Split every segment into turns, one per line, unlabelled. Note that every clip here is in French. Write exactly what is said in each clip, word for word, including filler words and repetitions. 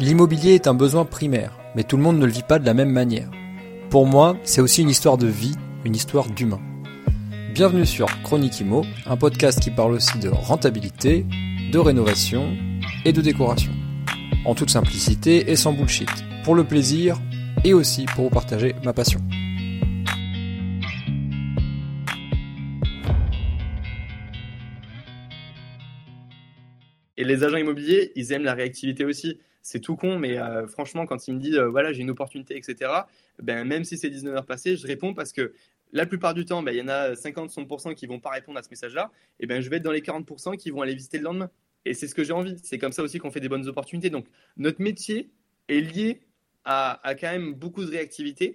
L'immobilier est un besoin primaire, mais tout le monde ne le vit pas de la même manière. Pour moi, c'est aussi une histoire de vie, une histoire d'humain. Bienvenue sur Chronique Immo, un podcast qui parle aussi de rentabilité, de rénovation et de décoration. En toute simplicité et sans bullshit, pour le plaisir et aussi pour vous partager ma passion.
Et les agents immobiliers, ils aiment la réactivité aussi. C'est tout con, mais euh, franchement, quand ils me disent euh, voilà, j'ai une opportunité, et cetera, ben, même si c'est dix-neuf heures passées, je réponds parce que la plupart du temps, ben, il y en a cinquante à soixante pour cent qui ne vont pas répondre à ce message-là. Et ben, je vais être dans les quarante pour cent qui vont aller visiter le lendemain. Et c'est ce que j'ai envie. C'est comme ça aussi qu'on fait des bonnes opportunités. Donc, notre métier est lié à, à quand même beaucoup de réactivité.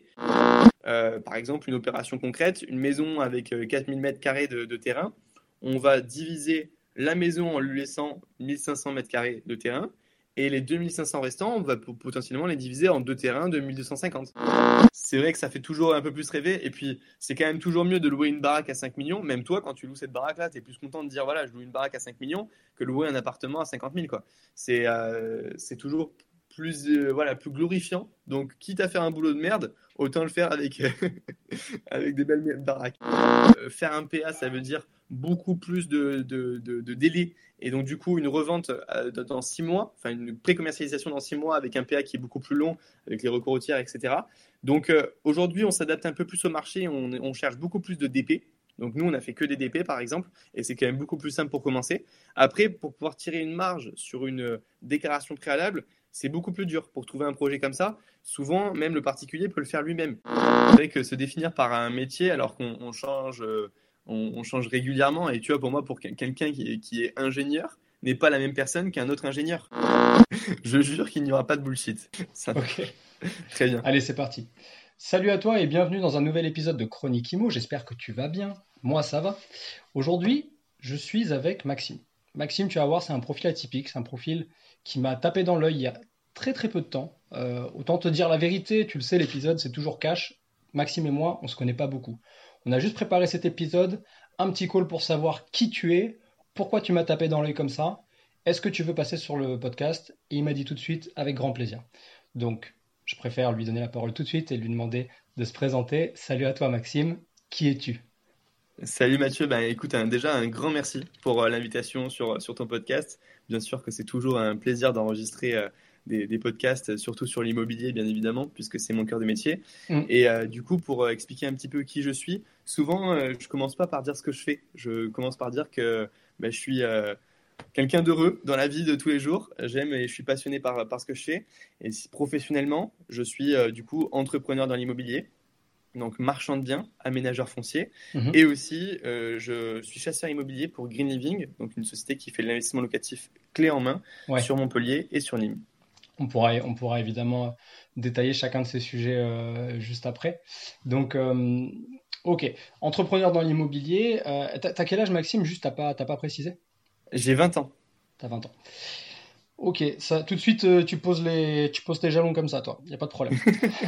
Euh, par exemple, une opération concrète, une maison avec quatre mille mètres carrés de, de terrain. On va diviser la maison en lui laissant mille cinq cents mètres carrés de terrain. Et les deux mille cinq cents restants, on va potentiellement les diviser en deux terrains de mille deux cent cinquante. C'est vrai que ça fait toujours un peu plus rêver. Et puis, c'est quand même toujours mieux de louer une baraque à cinq millions. Même toi, quand tu loues cette baraque-là, tu es plus content de dire voilà, je loue une baraque à cinq millions que louer un appartement à cinquante mille, quoi. C'est, euh, c'est toujours plus, euh, voilà, plus glorifiant. Donc, quitte à faire un boulot de merde, autant le faire avec, avec des belles baraques. Euh, faire un P A, ça veut dire beaucoup plus de, de, de, de délai. Et donc, du coup, une revente euh, dans six mois, enfin une pré-commercialisation dans six mois avec un P A qui est beaucoup plus long, avec les recours au tiers, et cetera. Donc, euh, aujourd'hui, on s'adapte un peu plus au marché, on, on cherche beaucoup plus de D P. Donc, nous, on n'a fait que des D P, par exemple, et c'est quand même beaucoup plus simple pour commencer. Après, pour pouvoir tirer une marge sur une déclaration préalable, c'est beaucoup plus dur pour trouver un projet comme ça. Souvent, même le particulier peut le faire lui-même. C'est vrai que se définir par un métier, alors qu'on on change... Euh, On, on change régulièrement. Et tu vois, pour moi, pour quelqu'un qui est, qui est ingénieur, n'est pas la même personne qu'un autre ingénieur. Je jure qu'il n'y aura pas de bullshit. Ça...
Ok.
Très bien.
Allez, c'est parti. Salut à toi et bienvenue dans un nouvel épisode de Chronique Immo. J'espère que tu vas bien. Moi, ça va. Aujourd'hui, je suis avec Maxime. Maxime, tu vas voir, c'est un profil atypique. C'est un profil qui m'a tapé dans l'œil il y a très très peu de temps. Euh, autant te dire la vérité, tu le sais, l'épisode, c'est toujours cash. Maxime et moi, on se connaît pas beaucoup. On a juste préparé cet épisode, un petit call pour savoir qui tu es, pourquoi tu m'as tapé dans l'œil comme ça, est-ce que tu veux passer sur le podcast? Et il m'a dit tout de suite, avec grand plaisir. Donc, je préfère lui donner la parole tout de suite et lui demander de se présenter. Salut à toi Maxime, qui es-tu?
Salut Mathieu, ben, écoute, un, déjà un grand merci pour euh, l'invitation sur, sur ton podcast. Bien sûr que c'est toujours un plaisir d'enregistrer euh, des, des podcasts, surtout sur l'immobilier, bien évidemment, puisque c'est mon cœur de métier.
Mm.
Et euh, du coup, pour euh, expliquer un petit peu qui je suis, souvent, euh, je commence pas par dire ce que je fais. Je commence par dire que ben, je suis euh, quelqu'un d'heureux dans la vie de tous les jours. J'aime et je suis passionné par, par ce que je fais. Et si- professionnellement, je suis euh, du coup entrepreneur dans l'immobilier, donc marchand de biens, aménageur foncier,
Mhm.
et aussi euh, je suis chasseur immobilier pour Green Living, donc une société qui fait de l'investissement locatif clé en main
Ouais,
sur Montpellier et sur Nîmes.
on pourra, on pourra évidemment détailler chacun de ces sujets euh, juste après. Donc, euh, ok, entrepreneur dans l'immobilier. Euh, t'as, t'as quel âge Maxime? Juste, t'as pas, t'as pas précisé?
J'ai vingt ans.
T'as vingt ans. Ok, ça, tout de suite, euh, tu poses les, tu poses tes jalons comme ça, toi. Il n'y a pas de problème.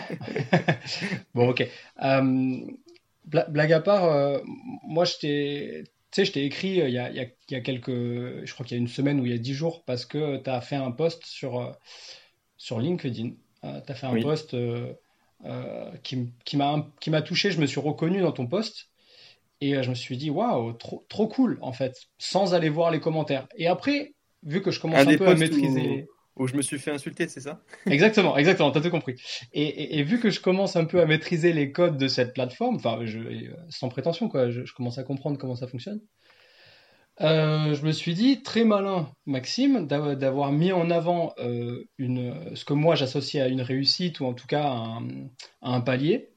Bon, ok. Euh, bla- blague à part, euh, moi, je t'ai, tu sais, je t'ai écrit euh, il y a, il y a- il y a quelques, je crois qu'il y a une semaine ou il y a dix jours, parce que tu as fait un post sur, euh, sur LinkedIn. Tu as fait un
Oui.
post euh, euh, qui, m- qui m'a, un- qui m'a touché, je me suis reconnu dans ton post, et euh, je me suis dit, waouh, trop, trop cool, en fait, sans aller voir les commentaires. Et après, vu que je
Un
commence un
des
peu à
postes où,
maîtriser.
où je me suis fait insulter, c'est ça?
Exactement, exactement, t'as tout compris. Et, et- et vu que je commence un peu à maîtriser les codes de cette plateforme, enfin, je, euh, sans prétention, quoi, je, je commence à comprendre comment ça fonctionne. Euh, je me suis dit, très malin, Maxime, d'a- d'avoir mis en avant euh, une, ce que moi j'associe à une réussite ou en tout cas à un, à un palier.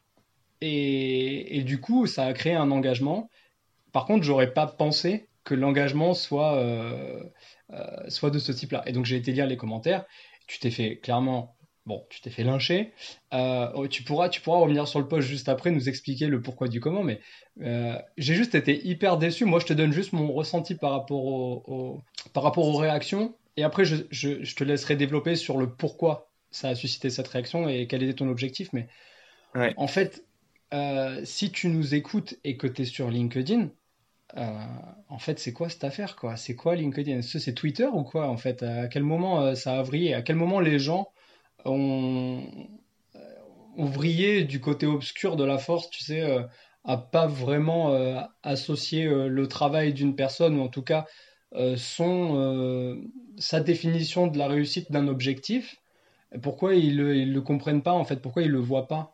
Et, et du coup, ça a créé un engagement. Par contre, j'aurais pas pensé que l'engagement soit, euh, euh, soit de ce type-là. Et donc, j'ai été lire les commentaires. Tu t'es fait clairement, bon, tu t'es fait lyncher. Euh, oh, tu pourras, tu pourras revenir sur le post juste après, nous expliquer le pourquoi du comment. Mais euh, j'ai juste été hyper déçu. Moi, je te donne juste mon ressenti par rapport, au, au- par rapport aux réactions. Et après, je, je- je te laisserai développer sur le pourquoi ça a suscité cette réaction et quel était ton objectif. Mais
Ouais.
en fait, euh, si tu nous écoutes et que tu es sur LinkedIn, euh, en fait, c'est quoi cette affaire, quoi? C'est quoi LinkedIn? Est-ce que c'est Twitter ou quoi, en fait? À quel moment euh, ça a vrillé? À quel moment les gens ont, ont vrillé du côté obscur de la force, tu sais, euh, à pas vraiment euh, associer euh, le travail d'une personne, ou en tout cas euh, son, euh, sa définition de la réussite d'un objectif? Pourquoi ils le, ils le comprennent pas, en fait? Pourquoi ils le voient pas?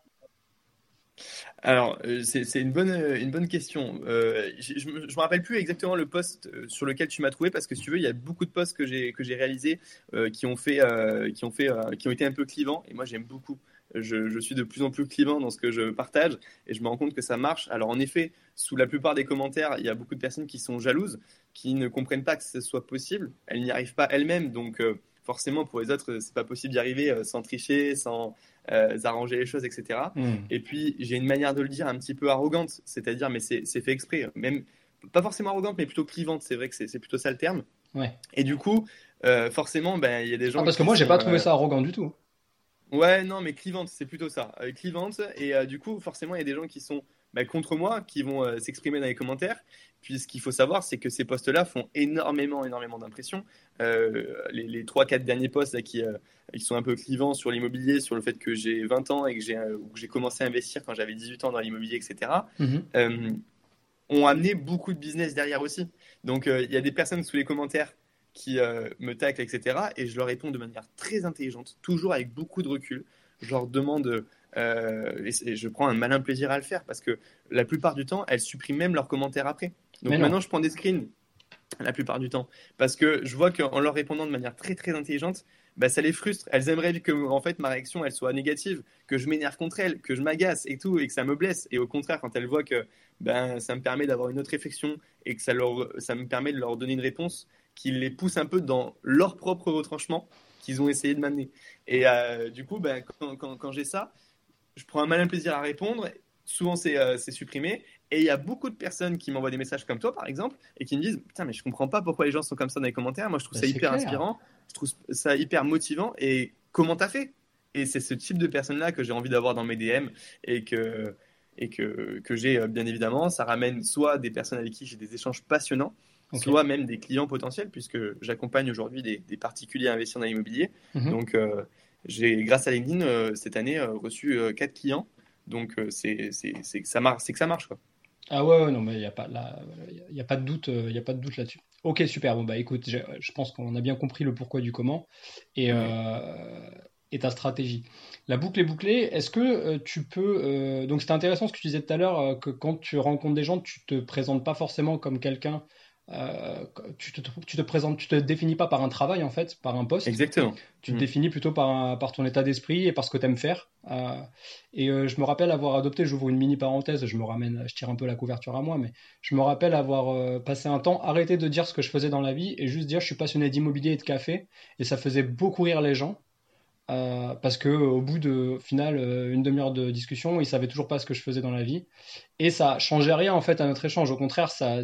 Alors, euh, c'est c'est une bonne, euh, une bonne question. Euh, je je me je me rappelle plus exactement le post euh, sur lequel tu m'as trouvé parce que si tu veux, il y a beaucoup de posts que j'ai que j'ai réalisés euh, qui ont fait, euh, qui ont fait, euh, qui ont été un peu clivants. Et moi, j'aime beaucoup. Je, je suis de plus en plus clivant dans ce que je partage et je me rends compte que ça marche. Alors, en effet, sous la plupart des commentaires, il y a beaucoup de personnes qui sont jalouses, qui ne comprennent pas que ce soit possible. Elles n'y arrivent pas elles-mêmes, donc euh, forcément, pour les autres, c'est pas possible d'y arriver euh, sans tricher, sans euh, arranger les choses, et cetera.
Hmm.
Et puis, j'ai une manière de le dire un petit peu arrogante, c'est-à-dire, mais c'est c'est fait exprès, même pas forcément arrogante, mais plutôt clivante, c'est vrai que c'est c'est plutôt ça le terme.
Ouais.
Et du coup, euh, forcément, ben, il y a des
Ah,
gens
parce que
qui
moi, j'ai pas
sont...
trouvé
euh,
ça arrogant du tout.
Ouais, non, mais clivante, c'est plutôt ça. Euh, clivante, et euh, du coup, forcément, il y a des gens qui sont ben, contre moi, qui vont euh, s'exprimer dans les commentaires. Puis ce qu'il faut savoir, c'est que ces posts-là font énormément, énormément d'impression. Euh, les, les trois quatre derniers posts là, qui, euh, qui sont un peu clivants sur l'immobilier, sur le fait que j'ai vingt ans et que j'ai euh, que j'ai commencé à investir quand j'avais dix-huit ans dans l'immobilier, et cetera,
Mhm.
euh, ont amené beaucoup de business derrière aussi. Donc, euh, il y a des personnes sous les commentaires qui euh, me taclent, et cetera. Et je leur réponds de manière très intelligente, toujours avec beaucoup de recul. Je leur demande, euh, et, et je prends un malin plaisir à le faire parce que la plupart du temps, elles suppriment même leurs commentaires après.
Mais
Donc
non.
maintenant, je prends des screens la plupart du temps. Parce que je vois qu'en leur répondant de manière très très intelligente, bah, ça les frustre. Elles aimeraient que en fait, ma réaction elle soit négative, que je m'énerve contre elles, que je m'agace et tout, et que ça me blesse. Et au contraire, quand elles voient que ben, ça me permet d'avoir une autre réflexion et que ça, leur, ça me permet de leur donner une réponse qui les pousse un peu dans leur propre retranchement qu'ils ont essayé de m'amener. Et euh, du coup, ben, quand, quand, quand j'ai ça, je prends un malin plaisir à répondre. Souvent, c'est euh, c'est supprimé. Et il y a beaucoup de personnes qui m'envoient des messages comme toi, par exemple, et qui me disent putain, mais je comprends pas pourquoi les gens sont comme ça dans les commentaires. Moi, je trouve
Bah,
ça
c'est
hyper
clair.
inspirant, je trouve ça hyper motivant. Et comment t'as fait? Et c'est ce type de personnes-là que j'ai envie d'avoir dans mes D M et que, et que, que j'ai euh, bien évidemment. Ça ramène soit des personnes avec qui j'ai des échanges passionnants,
Ok.
soit même des clients potentiels, puisque j'accompagne aujourd'hui des, des particuliers à investir dans l'immobilier.
Mhm.
Donc, euh, j'ai, grâce à LinkedIn, euh, cette année, euh, reçu euh, quatre clients. Donc, euh, c'est c'est- c'est que ça marche, c'est que ça marche, quoi.
Ah ouais, ouais, non, mais il n'y a pas, là, il y a pas de doute, euh, il y a pas de doute là-dessus. Ok, super. Bon, bah écoute, j'ai- je pense qu'on a bien compris le pourquoi du comment et,
Ouais.
euh, et ta stratégie. La boucle est bouclée. Est-ce que euh, tu peux. Euh, donc, c'était intéressant ce que tu disais tout à l'heure, euh, que quand tu rencontres des gens, tu te présentes pas forcément comme quelqu'un. euh, tu te, tu te présentes, tu te définis pas par un travail, en fait, par un poste.
Exactement.
Tu te
Mm.
définis plutôt par, un- par ton état d'esprit et par ce que tu aimes faire. Euh, et euh, je me rappelle avoir adopté, j'ouvre une mini parenthèse, je me ramène, je tire un peu la couverture à moi, mais je me rappelle avoir euh, passé un temps, arrêté de dire ce que je faisais dans la vie et juste dire je suis passionné d'immobilier et de café. Et ça faisait beaucoup rire les gens. Euh, parce que au bout de, au final, euh, une demi-heure de discussion, ils savaient toujours pas ce que je faisais dans la vie. Et ça changeait rien en fait à notre échange. Au contraire, ça,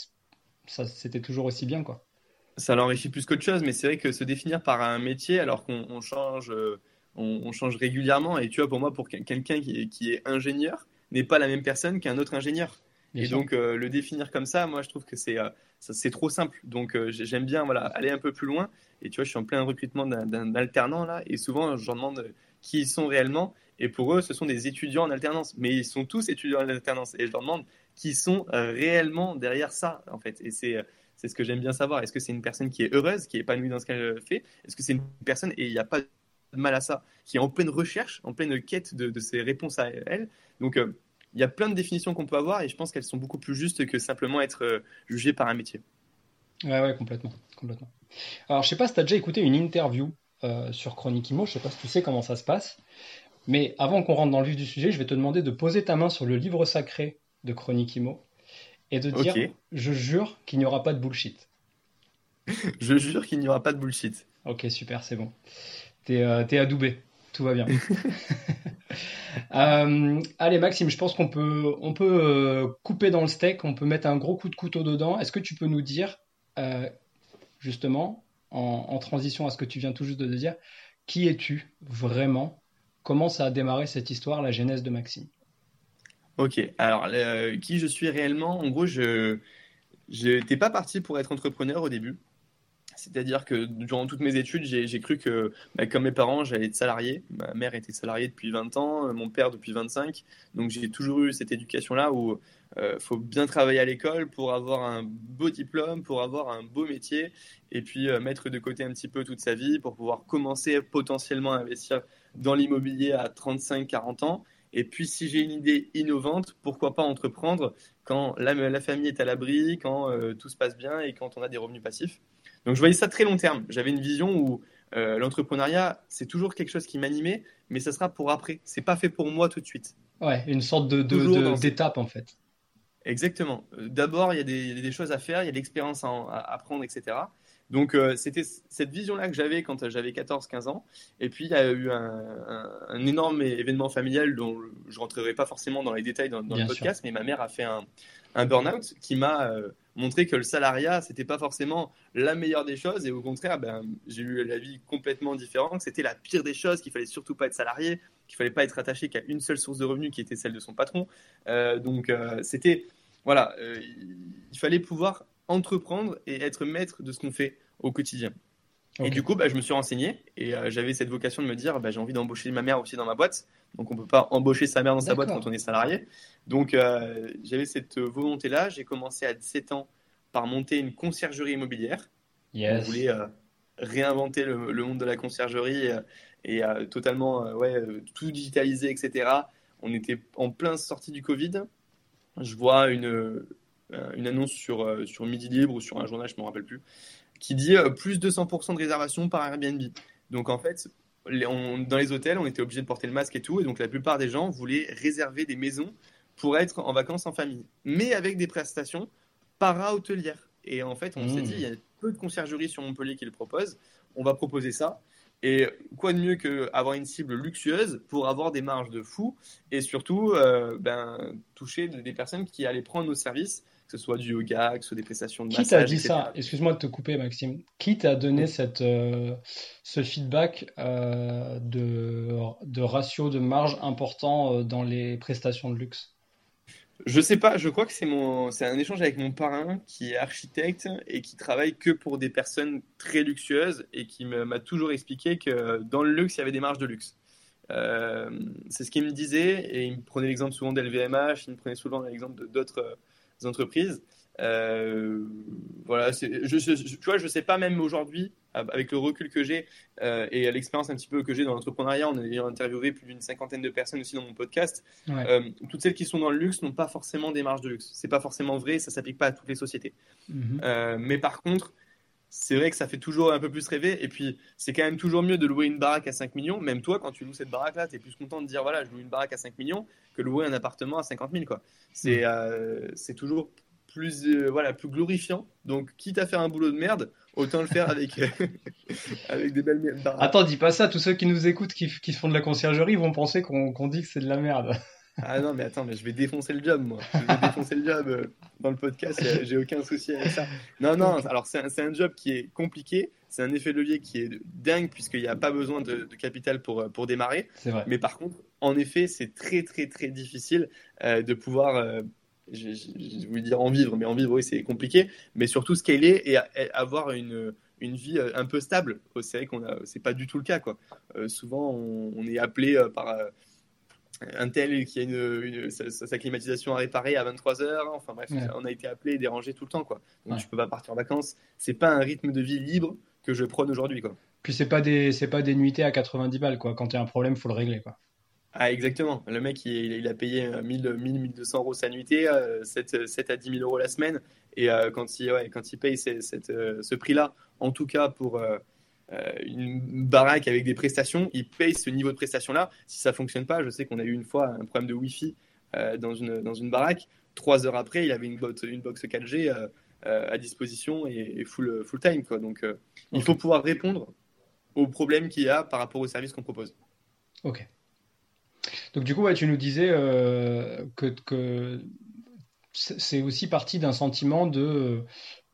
ça c'était toujours aussi bien, quoi.
Ça l'enrichit plus qu'autre chose, mais c'est vrai que se définir par un métier alors qu'on on change, euh, on, on change régulièrement. Et tu vois, pour moi, pour quel- quelqu'un qui est, qui est ingénieur, n'est pas la même personne qu'un autre ingénieur.
Bien
Et
sûr.
donc, euh, le définir comme ça, moi, je trouve que c'est euh, ça- c'est trop simple. Donc, euh, j'ai- j'aime bien voilà, aller un peu plus loin. Et tu vois, je suis en plein recrutement d'un d'un alternant là. Et souvent, je leur demande euh, qui ils sont réellement. Et pour eux, ce sont des étudiants en alternance. Mais ils sont tous étudiants en alternance. Et je leur demande qui sont euh, réellement derrière ça, en fait. Et c'est euh, c'est ce que j'aime bien savoir. Est-ce que c'est une personne qui est heureuse, qui est épanouie dans ce qu'elle fait? Est-ce que c'est une personne, et il n'y a pas de mal à ça, qui est en pleine recherche, en pleine quête de, de ses réponses à elle? Donc, euh, il y a plein de définitions qu'on peut avoir et je pense qu'elles sont beaucoup plus justes que simplement être euh, jugé par un métier.
Ouais, ouais, complètement, complètement. Alors, je sais pas si tu as déjà écouté une interview euh, sur Chronique Imo, je sais pas si tu sais comment ça se passe, mais avant qu'on rentre dans le vif du sujet, je vais te demander de poser ta main sur le livre sacré de Chronique Imo et de
Ok,
dire, je jure qu'il n'y aura pas de bullshit.
je jure qu'il n'y aura pas de bullshit.
Ok, super, c'est bon. T'es euh, t'es adoubé, tout va bien. Euh, allez, Maxime, je pense qu'on peut, on peut euh, couper dans le steak, on peut mettre un gros coup de couteau dedans. Est-ce que tu peux nous dire, euh, justement, en, en transition à ce que tu viens tout juste de dire, qui es-tu vraiment? Comment ça a démarré cette histoire, la genèse de Maxime?
Ok, alors euh, qui je suis réellement? En gros, je, j'étais pas parti pour être entrepreneur au début. C'est-à-dire que durant toutes mes études, j'ai, j'ai cru que, bah, comme mes parents, j'allais être salarié. Ma mère était salariée depuis vingt ans, mon père depuis vingt-cinq. Donc j'ai toujours eu cette éducation-là où il euh, faut bien travailler à l'école pour avoir un beau diplôme, pour avoir un beau métier, et puis euh, mettre de côté un petit peu toute sa vie pour pouvoir commencer potentiellement à investir dans l'immobilier à trente-cinq quarante ans. Et puis si j'ai une idée innovante, pourquoi pas entreprendre quand la, la famille est à l'abri, quand euh, tout se passe bien et quand on a des revenus passifs. Donc je voyais ça très long terme. J'avais une vision où euh, l'entrepreneuriat, c'est toujours quelque chose qui m'animait, mais ça sera pour après. C'est pas fait pour moi tout de suite.
Ouais, une sorte de, de,
Toujours
de-
dans
d'étape en fait.
Exactement. Euh, D'abord, il y a des, il y a des choses à faire, il y a de l'expérience à, en- à apprendre, et cetera. Donc, euh, c'était c- cette vision-là que j'avais quand euh, j'avais quatorze quinze ans. Et puis, il y a eu un, un- un énorme événement familial dont je ne rentrerai pas forcément dans les détails dans, dans le
Bien sûr.
podcast, mais ma mère a fait un, un burn-out qui m'a euh, montré que le salariat, c'était pas forcément la meilleure des choses. Et au contraire, ben, j'ai eu la vie complètement différente. C'était la pire des choses, qu'il fallait surtout pas être salarié, qu'il fallait pas être attaché qu'à une seule source de revenus qui était celle de son patron. Euh, donc, euh, c'était voilà, euh, il fallait pouvoir entreprendre et être maître de ce qu'on fait au quotidien. Et
Ok.
du coup, bah, je me suis renseigné et euh, j'avais cette vocation de me dire, bah, j'ai envie d'embaucher ma mère aussi dans ma boîte. Donc, on ne peut pas embaucher sa mère dans sa boîte quand
D'accord.
on est salarié. Donc, euh, j'avais cette volonté-là. J'ai commencé à dix-sept ans par monter une conciergerie immobilière. On
Yes.
voulait euh, réinventer le, le monde de la conciergerie euh, et euh, totalement euh, ouais, euh, tout digitaliser, et cetera. On était en plein sortie du Covid. Je vois une, euh, une annonce sur, euh, sur Midi Libre ou sur un journal, je ne me rappelle plus, qui dit euh, plus de cent pour cent de réservation par Airbnb. Donc en fait, les- on- dans les hôtels, on était obligé de porter le masque et tout, et donc la plupart des gens voulaient réserver des maisons pour être en vacances en famille, mais avec des prestations para-hôtelières. Et en fait, on s'est dit, il y
Hmm.
a peu de conciergeries sur Montpellier qui le proposent, on va proposer ça. Et quoi de mieux qu'avoir une cible luxueuse pour avoir des marges de fou et surtout euh, ben, toucher des personnes qui allaient prendre nos services, que ce soit du yoga, que ce soit des prestations de
Qui t'a
massage,
dit ça?
et cetera.
Excuse-moi de te couper, Maxime. Qui t'a donné
Donc,
cette, euh, ce feedback euh, de, de ratio de marge important euh, dans les prestations de luxe?
je sais pas, je crois que c'est mon, c'est un échange avec mon parrain qui est architecte et qui travaille que pour des personnes très luxueuses et qui me- m'a toujours expliqué que dans le luxe, il y avait des marges de luxe. Euh, c'est ce qu'il me disait et il me prenait l'exemple souvent d'L V M H, il me prenait souvent l'exemple de- d'autres euh, entreprises. Euh, voilà, c'est- je, je- je- tu vois, je sais pas même aujourd'hui, avec le recul que j'ai euh, et l'expérience un petit peu que j'ai dans l'entrepreneuriat, en ayant interviewé plus d'une cinquantaine de personnes aussi dans mon podcast,
Ouais.
euh, toutes celles qui sont dans le luxe n'ont pas forcément des marges de luxe. C'est pas forcément vrai, ça s'applique pas à toutes les sociétés.
Mhm.
Euh, mais par contre, c'est vrai que ça fait toujours un peu plus rêver. Et puis, c'est quand même toujours mieux de louer une baraque à cinq millions. Même toi, quand tu loues cette baraque-là, tu es plus content de dire voilà, je loue une baraque à cinq millions que louer un appartement à cinquante mille, quoi.
Mhm.
C'est euh, c'est toujours plus, euh, voilà, plus glorifiant. Donc, quitte à faire un boulot de merde, autant le faire avec, avec des belles baraques.
Attends, dis pas ça. Tous ceux qui nous écoutent, qui, qui font de la conciergerie, vont penser qu'on qu'on dit que c'est de la merde.
Ah non, mais attends, mais je vais défoncer le job, moi. Je vais défoncer le job euh, dans le podcast, y a- j'ai aucun souci avec ça. Non, non,
Ok.
alors c'est un, c'est un job qui est compliqué, c'est un effet de levier qui est de- dingue, puisqu'il n'y a pas besoin de, de capital pour, euh, pour démarrer.
C'est vrai.
Mais par contre, en effet, c'est très, très, très difficile euh, de pouvoir, euh, je, je, je voulais dire en vivre, mais en vivre, oui, c'est compliqué, mais surtout scaler et, a- et avoir une, une vie euh, un peu stable. C'est vrai qu'on a, c'est pas du tout le cas, quoi. Euh, souvent, on, on est appelé euh, par. euh, un tel qui a une, une- sa, sa climatisation à réparer à vingt-trois heures. Enfin bref,
Ouais.
on a été appelé et dérangé tout le temps, quoi. Donc
Ouais.
tu peux pas partir en vacances. C'est pas un rythme de vie libre que je prône aujourd'hui, quoi.
Puis c'est pas des, c'est pas des nuitées à quatre-vingt-dix balles, quoi. Quand il y a un problème, faut le régler, quoi.
Ah, exactement. Le mec, il, il a payé euh, mille, mille, mille deux cents euros sa nuitée, euh, sept, sept à dix mille euros la semaine. Et euh, quand, il, ouais, quand il paye ces- cette, euh, ce prix-là, en tout cas pour euh, euh, une baraque avec des prestations, il paye ce niveau de prestation-là. Si ça fonctionne pas, je sais qu'on a eu une fois un problème de Wi-Fi euh, dans, une, dans une baraque. Trois heures après, il avait une, box, une box quatre G euh, euh, à disposition et, et full, full time, quoi. Donc, euh, il
Ok.
faut pouvoir répondre aux problèmes qu'il y a par rapport aux services qu'on propose.
Ok. Donc du coup, ouais, tu nous disais euh, que, que c'est c'est aussi parti d'un sentiment de,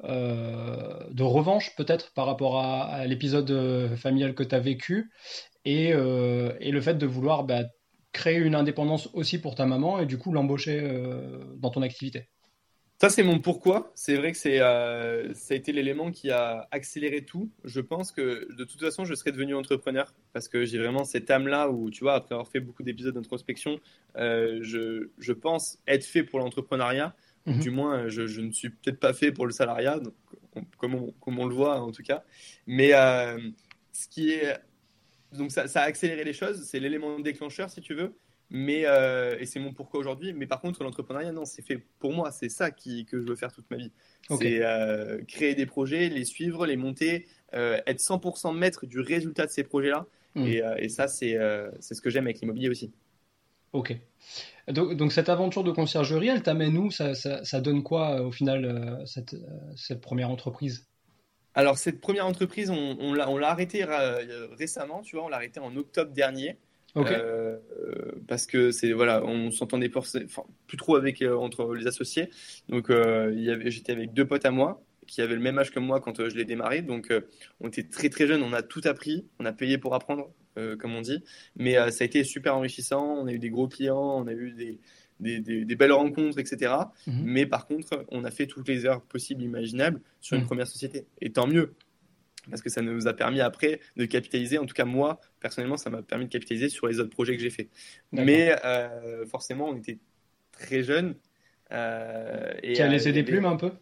euh, de revanche peut-être par rapport à, à l'épisode euh, familial que tu as vécu et, euh, et le fait de vouloir bah, créer une indépendance aussi pour ta maman et du coup l'embaucher euh, dans ton activité.
Ça, c'est mon pourquoi. C'est vrai que c'est, euh, ça a été l'élément qui a accéléré tout. Je pense que de toute façon, je serais devenu entrepreneur parce que j'ai vraiment cette âme-là où, tu vois, après avoir fait beaucoup d'épisodes d'introspection, euh, je, je pense être fait pour l'entrepreneuriat. Ou
Mhm.
du moins, je, je ne suis peut-être pas fait pour le salariat, donc, on- comme, on, comme on le voit en tout cas. Mais euh, ce qui est donc ça, ça a accéléré les choses, c'est l'élément déclencheur si tu veux, mais euh, et c'est mon pourquoi aujourd'hui. Mais par contre, l'entrepreneuriat, non, c'est fait pour moi, c'est ça qui, que je veux faire toute ma vie.
Ok.
C'est euh, créer des projets, les suivre, les monter, euh, être cent pour cent maître du résultat de ces projets-là.
Hmm.
Et, euh, et ça, c'est euh, c'est ce que j'aime avec l'immobilier aussi.
Ok. Donc, donc cette aventure de conciergerie, elle t'amène où? Ça, ça, ça donne quoi euh, au final, euh, cette, euh, cette première entreprise?
Alors, cette première entreprise, on, on l'a, on l'a arrêtée euh, récemment, tu vois, on l'a arrêtée en octobre dernier.
Ok.
Euh, euh, parce que c'est voilà, on s'entendait pour, enfin, plus trop avec euh, entre les associés. Donc, euh, il y avait, j'étais avec deux potes à moi qui avaient le même âge que moi quand euh, je l'ai démarré. Donc, euh, on était très très jeunes, on a tout appris, on a payé pour apprendre, euh, comme on dit. Mais euh, ça a été super enrichissant. On a eu des gros clients, on a eu des, des, des- des belles rencontres, et cetera.
Mhm.
Mais par contre, on a fait toutes les erreurs possibles, imaginables sur une
Hmm.
première société. Et tant mieux, parce que ça nous a permis après de capitaliser. En tout cas, moi, personnellement, ça m'a permis de capitaliser sur les autres projets que j'ai faits.
D'accord.
Mais euh, forcément, on était très jeunes euh, et
Qui a
euh,
laissé
il y
des
avait
plumes un peu?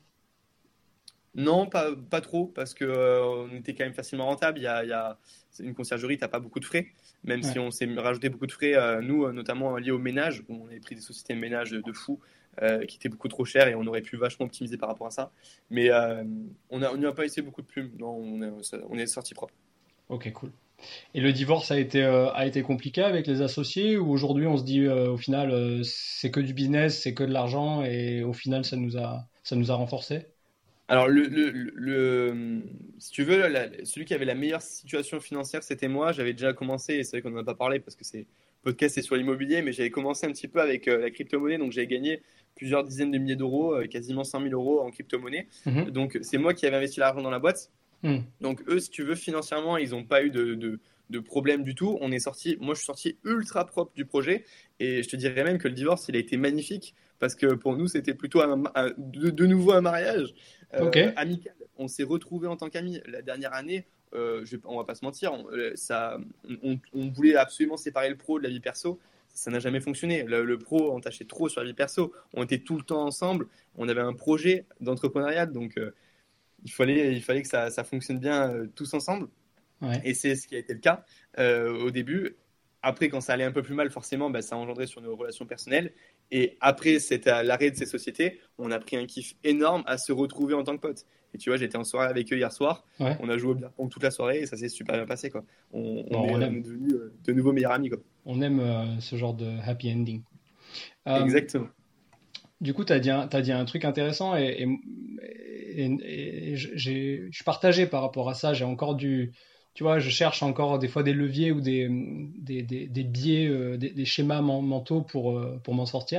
non, pas, pas trop, parce que euh, on était quand même facilement rentable. Il y a, il y a c'est une conciergerie, t'as pas beaucoup de frais, même si
Ouais.
on s'est rajouté beaucoup de frais. Euh, nous, euh, notamment liés au ménage, où on avait pris des sociétés de ménage de, de fous euh, qui étaient beaucoup trop chères et on aurait pu vachement optimiser par rapport à ça. Mais euh, on a, on n'y a pas essayé beaucoup de plumes. Non, on est, on est sorti propre.
Ok, cool. Et le divorce a été, euh, a été compliqué avec les associés ou aujourd'hui on se dit euh, au final euh, c'est que du business, c'est que de l'argent et au final ça nous a, ça nous a renforcé?
Alors, le, le, le- le- si tu veux, la- celui qui avait la meilleure situation financière, c'était moi. J'avais déjà commencé, et c'est vrai qu'on n'en a pas parlé parce que c'est le podcast, c'est sur l'immobilier, mais j'avais commencé un petit peu avec euh, la crypto-monnaie, donc j'avais gagné plusieurs dizaines de milliers d'euros, euh, quasiment cent mille euros en crypto-monnaie.
Mhm.
Donc, c'est moi qui avais investi l'argent dans la boîte.
Hmm.
Donc eux, si tu veux, financièrement, ils n'ont pas eu de, de, de problème du tout. On est sorti, moi je suis sorti ultra propre du projet et je te dirais même que le divorce, il a été magnifique parce que pour nous, c'était plutôt un- un- de, de nouveau un mariage
Ok.
euh, amical. On s'est retrouvés en tant qu'amis. La dernière année, euh, je, on va pas se mentir, on, euh, ça, on, on voulait absolument séparer le pro de la vie perso. Ça n'a jamais fonctionné. Le, le pro entachait trop sur la vie perso. On était tout le temps ensemble. On avait un projet d'entrepreneuriat, donc euh, il fallait, il fallait que ça, ça fonctionne bien euh, tous ensemble.
Ouais.
Et c'est ce qui a été le cas euh, au début. Après, quand ça allait un peu plus mal, forcément, bah, ça a engendré sur nos relations personnelles. Et après cet, à l'arrêt de ces sociétés, on a pris un kiff énorme à se retrouver en tant que potes. Et tu vois, j'étais en soirée avec eux hier soir.
Ouais.
On a joué au beer pong toute la soirée et ça s'est super bien passé, quoi. On, on
Bon,
est,
on
on
aime,
est devenus euh, de nouveaux meilleurs amis, quoi.
on aime euh, ce genre de happy ending. Euh,
Exactement.
du coup, tu as dit un, t'as dit un truc intéressant et, et, et- et j'ai, je suis partagé par rapport à ça. J'ai encore du, tu vois, je cherche encore des fois des leviers ou des, des, des, des biais, euh, des, des schémas men- mentaux pour, euh, pour m'en sortir.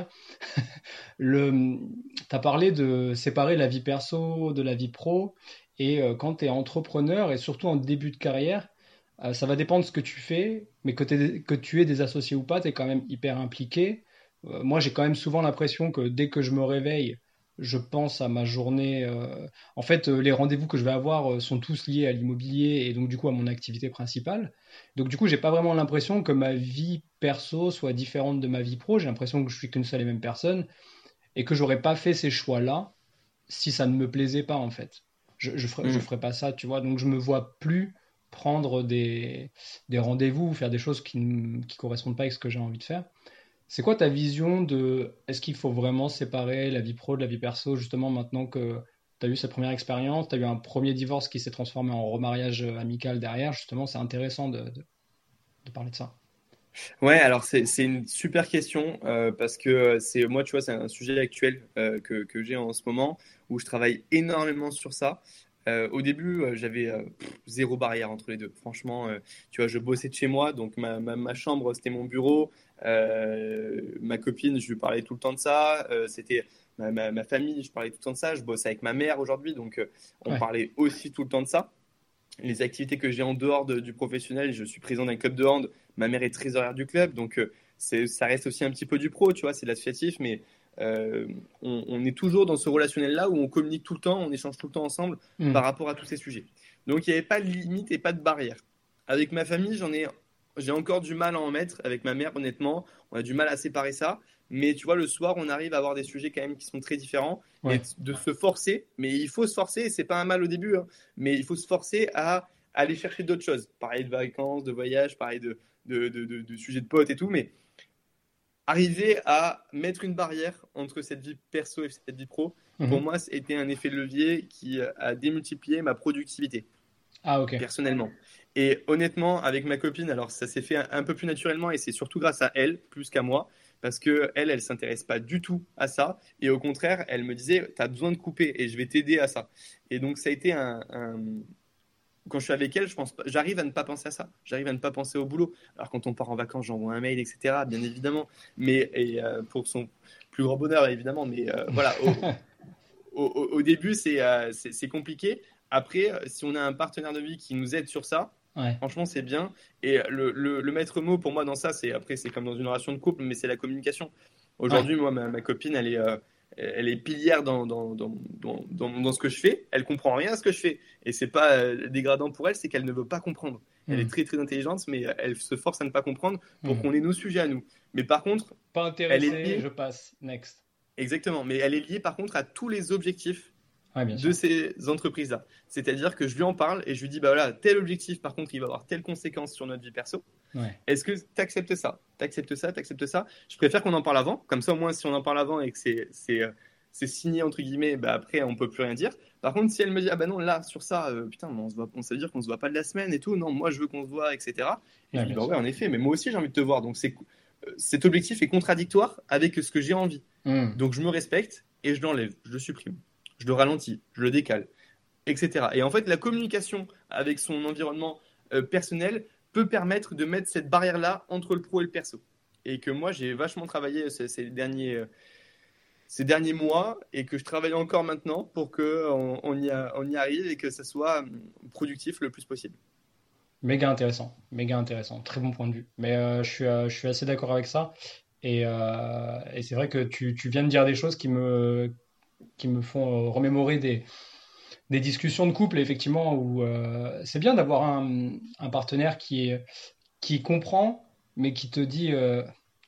Le, t'as parlé de séparer la vie perso de la vie pro et euh, quand tu es entrepreneur et surtout en début de carrière, euh, ça va dépendre de ce que tu fais, mais que, t'aies- que tu aies des associés ou pas, tu es quand même hyper impliqué. Euh, moi, j'ai quand même souvent l'impression que dès que je me réveille, je pense à ma journée. euh, En fait, euh, les rendez-vous que je vais avoir euh, sont tous liés à l'immobilier et donc du coup à mon activité principale. Donc du coup, j'ai pas vraiment l'impression que ma vie perso soit différente de ma vie pro. J'ai l'impression que je suis qu'une seule et même personne et que j'aurais pas fait ces choix-là si ça ne me plaisait pas en fait. Je, je ferais, je
Mm.
ferais pas ça, tu vois. Donc je me vois plus prendre des, des rendez-vous ou faire des choses qui ne qui correspondent pas avec ce que j'ai envie de faire. C'est quoi ta vision de est-ce qu'il faut vraiment séparer la vie pro de la vie perso justement maintenant que tu as eu cette première expérience, tu as eu un premier divorce qui s'est transformé en remariage euh, amical derrière, justement, c'est intéressant de, de, de parler de ça.
Ouais, alors c'est c'est une super question euh, parce que euh, c'est moi, tu vois, c'est un sujet actuel euh, que, que j'ai en ce moment où je travaille énormément sur ça. Euh, au début, euh, j'avais euh, pff, zéro barrière entre les deux. Franchement, euh, tu vois, je bossais de chez moi, donc ma, ma, ma chambre, c'était mon bureau. Euh, ma copine, je lui parlais tout le temps de ça. Euh, c'était ma, ma, ma famille, je parlais tout le temps de ça. Je bosse avec ma mère aujourd'hui, donc euh, on
Ouais.
parlait aussi tout le temps de ça. Les activités que j'ai en dehors de- du professionnel, je suis président d'un club de hand, ma mère est trésorière du club, donc euh, c'est, ça reste aussi un petit peu du pro, tu vois, c'est de l'associatif, mais euh, on, on est toujours dans ce relationnel-là où on communique tout le temps, on échange tout le temps ensemble
Mm.
par rapport à tous ces sujets. Donc il n'y avait pas de limite et pas de barrière. Avec ma famille, j'en ai, j'ai encore du mal à en mettre. Avec ma mère, honnêtement, on a du mal à séparer ça. Mais tu vois, le soir, on arrive à avoir des sujets quand même qui sont très différents et
Ouais.
de se forcer. Mais il faut se forcer, et c'est pas un mal au début, hein, mais il faut se forcer à aller chercher d'autres choses. Pareil de vacances, de voyages, pareil de, de, de, de, de sujets de potes et tout. Mais arriver à mettre une barrière entre cette vie perso et cette vie pro, pour
Mhm.
moi, c'était un effet de levier qui a démultiplié ma productivité
Ah, ok.
personnellement. Et honnêtement, avec ma copine, alors ça s'est fait un, un peu plus naturellement et c'est surtout grâce à elle, plus qu'à moi, parce que elle, elle s'intéresse pas du tout à ça. Et au contraire, elle me disait, tu as besoin de couper et je vais t'aider à ça. Et donc ça a été un, un- quand je suis avec elle, je pense pas- j'arrive à ne pas penser à ça. J'arrive à ne pas penser au boulot. Alors quand on part en vacances, j'envoie un mail, et cetera. Bien évidemment, mais et, euh, pour son plus grand bonheur, évidemment. Mais euh, voilà, au, au, au- au début, c'est euh, c'est c'est compliqué. Après, euh, si on a un partenaire de vie qui nous aide sur ça,
Ouais.
franchement, c'est bien. Et le, le, le maître mot pour moi dans ça, c'est après, c'est comme dans une relation de couple, mais c'est la communication.
Ouais.
Aujourd'hui, moi, ma, ma copine, elle est, euh, elle est pilière dans, dans, dans, dans, dans, dans ce que je fais. Elle comprend rien à ce que je fais. Et c'est pas euh, dégradant pour elle, c'est qu'elle ne veut pas comprendre. Elle est
Mm.
très, très intelligente, mais elle se force à ne pas comprendre pour
Mm.
qu'on ait nos sujets à nous. Mais par contre,
Pas
elle est
intéressé,
liée,
je passe. Next.
exactement, mais elle est liée par contre à tous les objectifs
Ouais, bien
de
sûr.
ces entreprises-là. C'est-à-dire que je lui en parle et je lui dis, bah voilà, tel objectif, par contre, il va avoir telle conséquence sur notre vie perso.
Ouais.
Est-ce que tu acceptes ça? Tu acceptes ça? Tu acceptes ça? Je préfère qu'on en parle avant. Comme ça, au moins, si on en parle avant et que c'est, c'est, euh, c'est signé, entre guillemets, bah après, on peut plus rien dire. Par contre, si elle me dit, ah bah non, là, sur ça, euh, putain, mais on se voit, ça veut dire qu'on se voit pas de la semaine et tout. Non, moi, je veux qu'on se voit, et cetera. Et je
Ouais,
lui dis,
bien
bah ouais,
sûr.
en effet, mais moi aussi, j'ai envie de te voir. Donc, c'est, euh, cet objectif est contradictoire avec ce que j'ai envie.
Mm.
Donc, je me respecte et je l'enlève, je le supprime, je le ralentis, je le décale, et cetera. Et en fait, la communication avec son environnement euh, personnel peut permettre de mettre cette barrière-là entre le pro et le perso. Et que moi, j'ai vachement travaillé ces, ces derniers, euh, ces derniers mois et que je travaille encore maintenant pour qu'on on y, a- on y arrive et que ça soit hum, productif le plus possible.
Méga intéressant. Méga intéressant. Très bon point de vue. Mais euh, je suis, euh, je suis assez d'accord avec ça. Et, euh, et c'est vrai que tu, tu viens de dire des choses qui me, qui me font euh, remémorer des, des discussions de couple, effectivement, où euh, c'est bien d'avoir un, un partenaire qui est, qui comprend, mais qui te dit euh,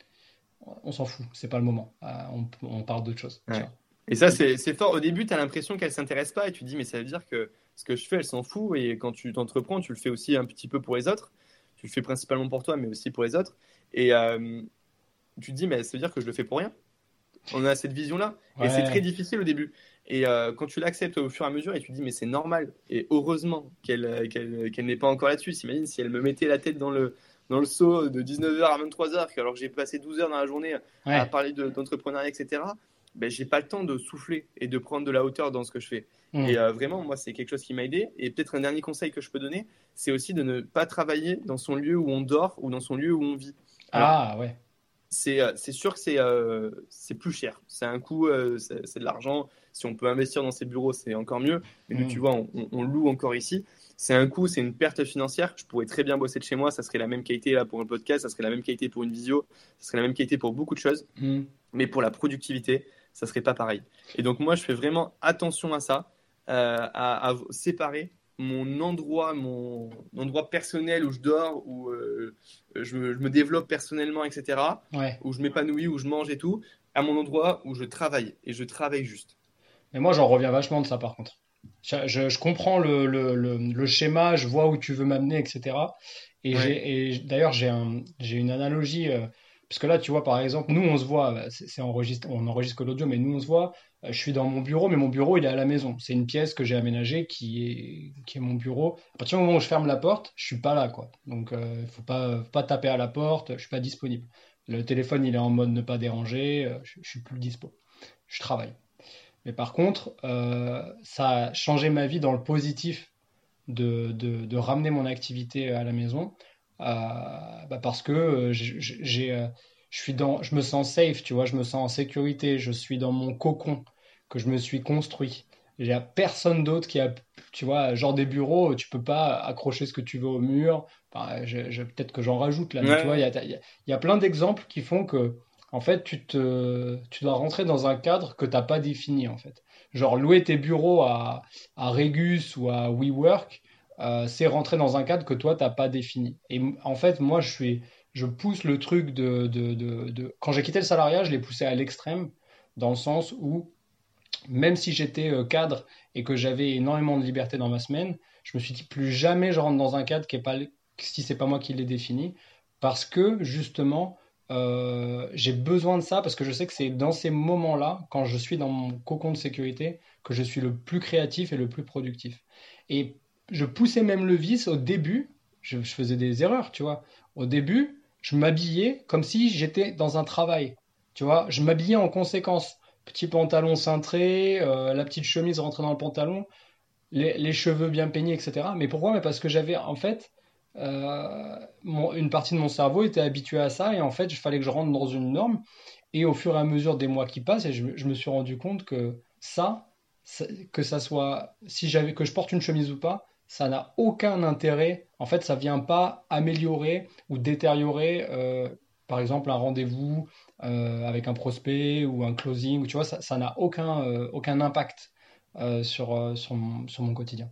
on s'en fout, c'est pas le moment. Euh, on, on parle d'autre chose. Tu
Ouais.
vois.
Et ça, c'est c'est fort. Au début, tu as l'impression qu'elle s'intéresse pas et tu te dis, mais ça veut dire que ce que je fais, elle s'en fout. Et quand tu t'entreprends, tu le fais aussi un petit peu pour les autres. Tu le fais principalement pour toi, mais aussi pour les autres. Et euh, tu te dis, mais ça veut dire que je le fais pour rien. On a cette vision-là. Et c'est très
Ouais.
difficile au début. Et euh, quand tu l'acceptes au fur et à mesure, et tu te dis, mais c'est normal. Et heureusement qu'elle euh, qu'elle, qu'elle n'est pas encore là-dessus. S'imagine si elle me mettait la tête dans le, dans le seau de dix-neuf heures à vingt-trois heures, alors que j'ai passé douze heures dans la journée à
Ouais.
parler de- d'entrepreneuriat, et cetera, ben, j'ai pas le temps de souffler et de prendre de la hauteur dans ce que je fais. Et
Mm.
euh, vraiment, moi, c'est quelque chose qui m'a aidé. Et peut-être un dernier conseil que je peux donner, c'est aussi de ne pas travailler dans son lieu où on dort ou dans son lieu où on vit. Alors,
Ah, ouais.
c'est euh, c'est sûr que c'est euh, c'est plus cher. C'est un coût, euh, c'est c'est de l'argent. Si on peut investir dans ces bureaux, c'est encore mieux. Mais nous, tu
Mm.
vois, on, on- on loue encore ici. C'est un coût, c'est une perte financière. Je pourrais très bien bosser de chez moi. Ça serait la même qualité là pour un podcast, ça serait la même qualité pour une visio, ça serait la même qualité pour beaucoup de choses.
Mm.
Mais pour la productivité, ça serait pas pareil. Et donc moi, je fais vraiment attention à ça, euh, à, à séparer mon endroit, mon endroit personnel où je dors, où euh, je, me, je me développe personnellement, et cetera,
Ouais.
où je m'épanouis, où je mange et tout, à mon endroit où je travaille. Et je travaille juste.
Mais moi, j'en reviens vachement de ça, par contre. Je, je- je comprends le, le, le, le schéma, je vois où tu veux m'amener, et cetera. Et
Ouais,
j'ai, et d'ailleurs, j'ai un, j'ai une analogie, euh, parce que là, tu vois, par exemple, nous, on se voit, euh, c'est, c'est enregistré, on enregistre que l'audio, mais nous, on se voit. Euh, je suis dans mon bureau, mais mon bureau, il est à la maison. C'est une pièce que j'ai aménagée qui est, qui est mon bureau. À partir du moment où je ferme la porte, je suis pas là, quoi. Donc, euh, faut pas, faut pas taper à la porte, je suis pas disponible. Le téléphone, il est en mode ne pas déranger, euh, je, je suis plus dispo. Je travaille. Mais par contre, euh, ça a changé ma vie dans le positif de, de, de ramener mon activité à la maison. Euh, bah parce que euh, j'ai, j'ai, euh, je suis dans, je me sens safe, tu vois, je me sens en sécurité, je suis dans mon cocon que je me suis construit. Il n'y a personne d'autre qui a, tu vois, genre des bureaux, tu peux pas accrocher ce que tu veux au mur. Enfin, je, je- peut-être que j'en rajoute là, mais tu vois, il y
ouais,
a, il y a, il y a plein d'exemples qui font que en fait, tu te, tu dois rentrer dans un cadre que tu n'as pas défini, en fait. Genre, louer tes bureaux à, à Regus ou à WeWork, euh, c'est rentrer dans un cadre que toi, tu n'as pas défini. Et m- en fait, moi, je suis, je pousse le truc de, de, de, de- Quand j'ai quitté le salariat, je l'ai poussé à l'extrême, dans le sens où, même si j'étais euh, cadre et que j'avais énormément de liberté dans ma semaine, je me suis dit, plus jamais je rentre dans un cadre qui est pas, si c'est pas moi qui l'ai défini, parce que, justement, euh, j'ai besoin de ça parce que je sais que c'est dans ces moments-là, quand je suis dans mon cocon de sécurité, que je suis le plus créatif et le plus productif. Et je poussais même le vice au début, je, je faisais des erreurs, tu vois. Au début, je m'habillais comme si j'étais dans un travail, tu vois. Je m'habillais en conséquence. Petit pantalon cintré, euh, la petite chemise rentrée dans le pantalon, les, les cheveux bien peignés, et cetera. Mais pourquoi? Mais parce que j'avais en fait euh, mon- une partie de mon cerveau était habituée à ça et en fait, il fallait que je rentre dans une norme. Et au fur et à mesure des mois qui passent, et je, me je me suis rendu compte que ça, ça- que ça soit, si j'avais que je porte une chemise ou pas, ça n'a aucun intérêt. En fait, ça vient pas améliorer ou détériorer, euh, par exemple, un rendez-vous euh, avec un prospect ou un closing. Tu vois, ça, ça n'a aucun, euh, aucun impact euh, sur, euh, sur mon, sur mon quotidien.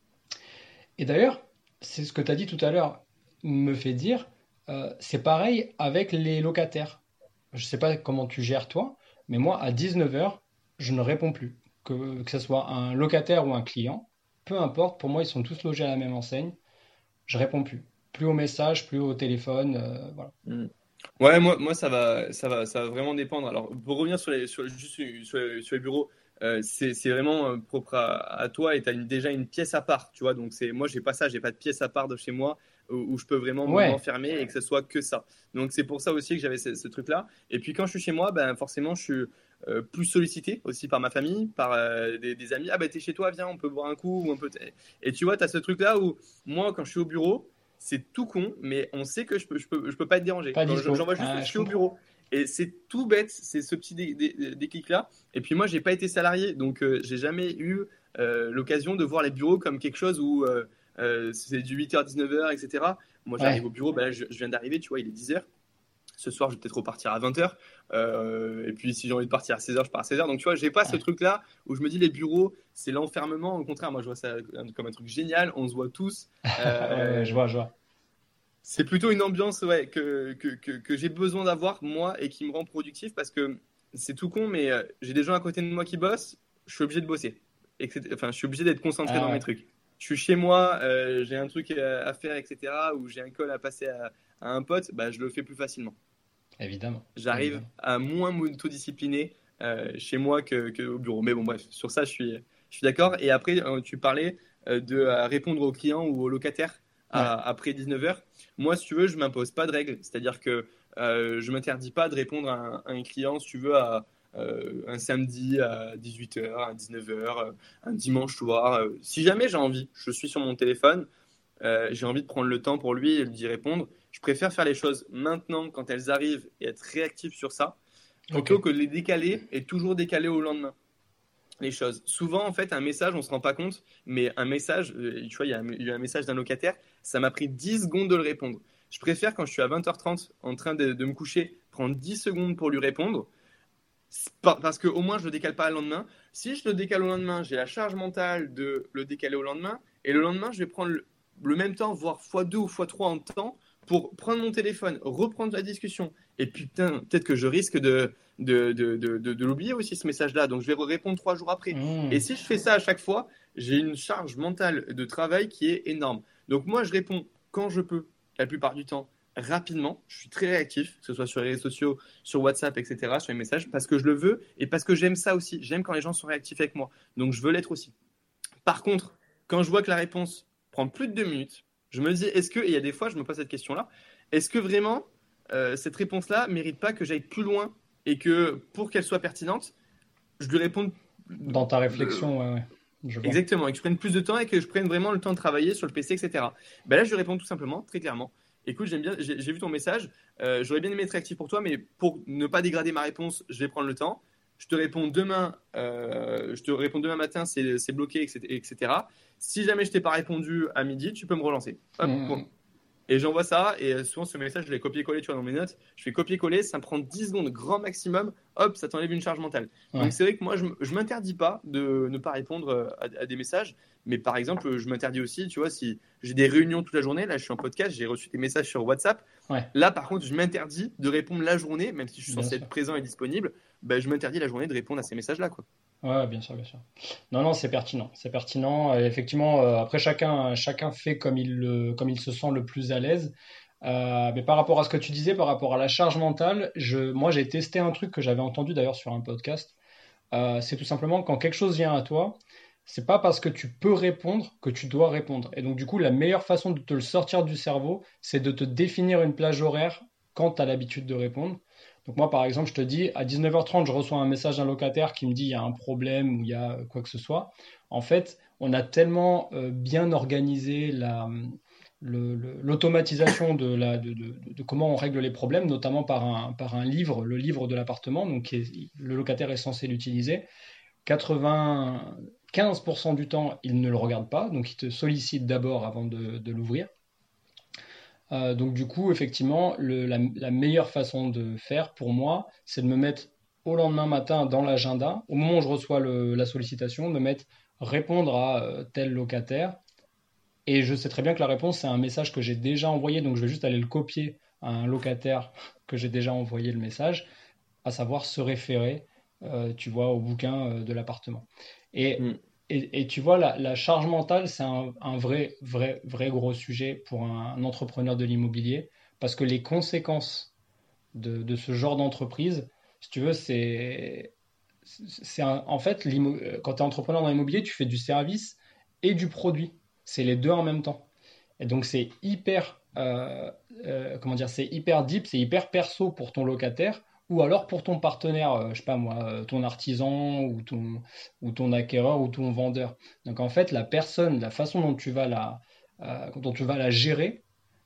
Et d'ailleurs, c'est ce que tu as dit tout à l'heure, me fait dire, euh, c'est pareil avec les locataires. Je ne sais pas comment tu gères toi, mais moi, à dix-neuf heures, je ne réponds plus. Que, que ce soit un locataire ou un client, peu importe, pour moi, ils sont tous logés à la même enseigne, je réponds plus. Plus aux messages, plus au téléphone, euh, voilà.
Mm. Ouais, moi, moi ça va, ça va, ça va vraiment dépendre. Alors, pour revenir sur les, sur, juste sur, les sur les bureaux, euh, c'est, c'est vraiment euh, propre à, à toi et tu as déjà une pièce à part, tu vois. Donc, c'est, moi, j'ai pas ça, j'ai pas de pièce à part de chez moi où, où je peux vraiment
Ouais,
m'enfermer et que ce soit que ça. Donc, c'est pour ça aussi que j'avais ce, ce truc-là. Et puis, quand je suis chez moi, ben, forcément, je suis euh, plus sollicité aussi par ma famille, par euh, des, des amis. Ah, ben, t'es chez toi, viens, on peut boire un coup ou on peut. Et tu vois, tu as ce truc-là où moi, quand je suis au bureau, c'est tout con, mais on sait que je peux, je peux, je peux pas être dérangé.
pas
Quand je-
dispo.
j'envoie juste, je
Ah, je
suis au
comprends.
bureau. Et c'est tout bête, c'est ce petit dé- dé- déclic-là. Et puis moi, j'ai pas été salarié, donc euh, j'ai jamais eu euh, l'occasion de voir les bureaux comme quelque chose où euh, euh, c'est du huit heures à dix-neuf heures, et cetera. Moi, j'arrive
Ouais,
au bureau, bah là, je, je viens d'arriver, tu vois, il est dix heures. Ce soir, je vais peut-être repartir à vingt heures. Euh, et puis, si j'ai envie de partir à seize heures, je pars à seize heures. Donc, tu vois, j'ai pas ce
ouais,
truc-là où je me dis les bureaux, c'est l'enfermement. Au contraire, moi, je vois ça comme un truc génial. On se voit tous.
ouais, ouais, je
Euh,
vois, je vois.
c'est plutôt une ambiance ouais, que, que, que, que j'ai besoin d'avoir, moi, et qui me rend productif parce que c'est tout con, mais euh, j'ai des gens à côté de moi qui bossent, je suis obligé de bosser. Et que- enfin, je suis obligé d'être concentré
Ah
dans mes
ouais,
trucs. Je suis chez moi, euh, j'ai un truc à, à faire, et cetera, ou j'ai un call à passer à, à un pote, bah, je le fais plus facilement.
évidemment,
J'arrive
évidemment.
à moins m'autodiscipliner euh, chez moi que, que au bureau. Mais bon, bref, sur ça, je suis, je suis d'accord. Et après, euh, tu parlais euh, de euh, répondre aux clients ou aux locataires
Ouais,
à- après dix-neuf heures. Moi, si tu veux, je m'impose pas de règles. C'est-à-dire que euh, je m'interdis pas de répondre à un, à un client, si tu veux, à, euh, un samedi à dix-huit heures, à dix-neuf heures, euh, un dimanche soir. Euh, si jamais j'ai envie, je suis sur mon téléphone, euh, j'ai envie de prendre le temps pour lui et d'y répondre. Je préfère faire les choses maintenant quand elles arrivent et être réactif sur ça,
ok.
plutôt que de les décaler et toujours décaler au lendemain les choses. Souvent, en fait, un message, on se rend pas compte, mais un message, euh, tu vois, il y a un, il y a un message d'un locataire, ça m'a pris dix secondes de le répondre. Je préfère, quand je suis à vingt heures trente en train de, de me coucher, prendre dix secondes pour lui répondre, parce qu'au moins je le décale pas le lendemain. Si je le décale au lendemain, j'ai la charge mentale de le décaler au lendemain, et le lendemain, je vais prendre le, le même temps, voire fois deux ou fois trois en temps, pour prendre mon téléphone, reprendre la discussion. Et putain, peut-être que je risque de, de, de, de, de, de l'oublier aussi, ce message-là. Donc je vais répondre trois jours après. Et
Hmm.
si je fais ça à chaque fois, j'ai une charge mentale de travail qui est énorme. Donc moi, je réponds quand je peux, la plupart du temps, rapidement. Je suis très réactif, que ce soit sur les réseaux sociaux, sur WhatsApp, et cetera, sur les messages, parce que je le veux et parce que j'aime ça aussi. J'aime quand les gens sont réactifs avec moi. Donc je veux l'être aussi. Par contre, quand je vois que la réponse prend plus de deux minutes, je me dis, est-ce que, et il y a des fois, je me pose cette question-là, est-ce que vraiment euh, cette réponse-là mérite pas que j'aille plus loin et que pour qu'elle soit pertinente, je lui réponde
Dans ta
euh,
réflexion, ouais, ouais, je vois.
exactement, et que je prenne plus de temps et que je prenne vraiment le temps de travailler sur le P C, et cetera. Ben là, je lui réponds tout simplement, très clairement. Écoute, j'aime bien, j'ai, j'ai vu ton message. Euh, j'aurais bien aimé être réactif pour toi, mais pour ne pas dégrader ma réponse, je vais prendre le temps. Je te réponds demain, euh, je te réponds demain matin, c'est, c'est bloqué, et cetera. Si jamais je t'ai pas répondu à midi, tu peux me relancer. Hop,
Hmm.
bon. Et j'envoie ça, et euh, souvent ce message, je l'ai copié-collé, tu vois, dans mes notes. Je fais copier-coller, ça me prend dix secondes, grand maximum, hop, ça t'enlève une charge mentale.
Ouais.
Donc c'est vrai que moi, je ne m'interdis pas de ne pas répondre euh, à, à des messages, mais par exemple, je m'interdis aussi, tu vois, si j'ai des réunions toute la journée, là je suis en podcast, j'ai reçu des messages sur WhatsApp.
Ouais.
Là par contre, je m'interdis de répondre la journée, même si je suis
Bien
censé
sûr.
être présent et disponible, ben, je m'interdis la journée de répondre à ces messages-là, quoi.
Ouais, bien sûr, bien sûr. Non, non, c'est pertinent. C'est pertinent. Et effectivement, euh, après, chacun, chacun fait comme il, le- comme il se sent le plus à l'aise. Euh, mais par rapport à ce que tu disais, par rapport à la charge mentale, je, moi, j'ai testé un truc que j'avais entendu d'ailleurs sur un podcast. Euh, c'est tout simplement quand quelque chose vient à toi, c'est pas parce que tu peux répondre que tu dois répondre. Et donc, du coup, la meilleure façon de te le sortir du cerveau, c'est de te définir une plage horaire quand tu as l'habitude de répondre. Donc, moi, par exemple, je te dis, à dix-neuf heures trente, je reçois un message d'un locataire qui me dit il y a un problème ou il y a quoi que ce soit. En fait, on a tellement euh, bien organisé la, le- le- l'automatisation de, la, de, de- de comment on règle les problèmes, notamment par un, par un livre, le livre de l'appartement, donc qui est- le locataire est censé l'utiliser. quatre-vingt-quinze pour cent du temps, il ne le regarde pas, donc il te sollicite d'abord avant de, de l'ouvrir. Euh, donc du coup, effectivement, le- la, la meilleure façon de faire pour moi, c'est de me mettre au lendemain matin dans l'agenda, au moment où je reçois le- la sollicitation, de mettre répondre à euh, tel locataire. Et je sais très bien que la réponse, c'est un message que j'ai déjà envoyé, donc je vais juste aller le copier à un locataire que j'ai déjà envoyé le message, à savoir se référer, euh, tu vois, au bouquin euh, de l'appartement. Et,
Mm.
et, et tu vois, la, la charge mentale, c'est un, un vrai, vrai, vrai gros sujet pour un, un entrepreneur de l'immobilier, parce que les conséquences de, de ce genre d'entreprise, si tu veux, c'est, c'est un- en fait, l'immo- quand tu es entrepreneur dans l'immobilier, tu fais du service et du produit. C'est les deux en même temps. Et donc c'est hyper, euh, euh, comment dire, c'est hyper deep, c'est hyper perso pour ton locataire ou alors pour ton partenaire, euh, je sais pas moi, euh, ton artisan ou ton, ou ton acquéreur ou ton vendeur. Donc en fait, la personne, la façon dont tu vas la, euh, dont tu vas la gérer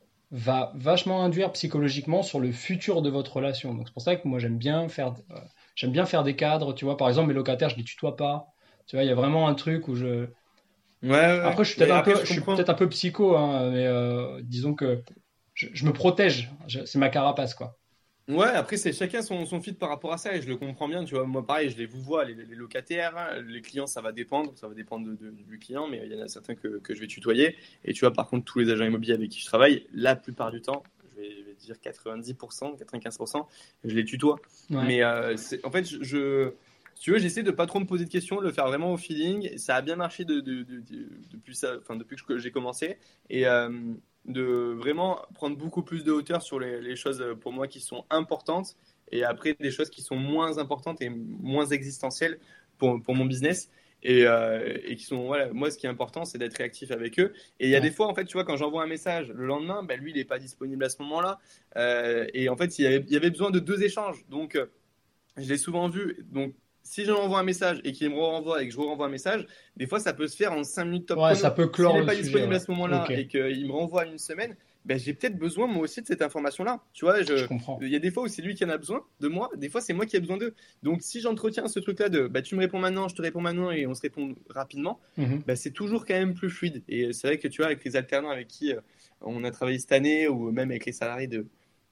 va vachement induire psychologiquement sur le futur de votre relation. Donc c'est pour ça que moi j'aime bien faire, euh, j'aime bien faire des cadres, tu vois. Par exemple, mes locataires, je les tutoie pas. Tu vois, il y a vraiment un truc où je,
Ouais, ouais, ouais.
après, je suis peut-être
Mais
un
après,
peu,
je
je suis
comprends.
peut-être un peu psycho, hein, mais euh, disons que je, je me protège. Je- c'est ma carapace, quoi.
Ouais, après, c'est chacun son, son feed par rapport à ça et je le comprends bien. Tu vois, moi, pareil, je les vous vois, les, les locataires, hein, les clients, ça va dépendre. Ça va dépendre de- de- du client, mais il y en a certains que, que je vais tutoyer. Et tu vois, par contre, tous les agents immobiliers avec qui je travaille, la plupart du temps, je vais, je vais dire quatre-vingt-dix pour cent, quatre-vingt-quinze pour cent, je les tutoie.
Ouais,
Mais euh, c'est- en fait, je, je- si tu veux, j'essaie de pas trop me poser de questions, de le faire vraiment au feeling. Ça a bien marché de, de- de- de- depuis ça, enfin, depuis que j'ai commencé. Et. euh, de vraiment prendre beaucoup plus de hauteur sur les, les choses euh, pour moi qui sont importantes et après des choses qui sont moins importantes et moins existentielles pour, pour mon business et, euh, et qui sont voilà, moi ce qui est important c'est d'être réactif avec eux et il y a
ouais,
des fois en fait tu vois quand j'envoie un message le lendemain ben, lui il n'est pas disponible à ce moment-là euh, et en fait il y, avait, il y avait besoin de deux échanges donc euh, je l'ai souvent vu. Donc, si je lui envoie un message et qu'il me renvoie et que je renvoie un message, des fois, ça peut se faire en cinq minutes top
ouais, ça
chrono.
peut
S'il
clore
n'est
le
pas
sujet,
disponible à
ouais.
ce moment-là
Ok,
et qu'il me renvoie une semaine, ben, j'ai peut-être besoin moi aussi de cette information-là. Tu vois,
je
je...
comprends.
il y a des fois où c'est lui qui en a besoin de moi, des fois c'est moi qui ai besoin d'eux. Donc, si j'entretiens ce truc-là de bah, tu me réponds maintenant, je te réponds maintenant et on se répond rapidement,
Mhm.
bah, c'est toujours quand même plus fluide. Et c'est vrai que tu vois, avec les alternants avec qui euh, on a travaillé cette année ou même avec les salariés de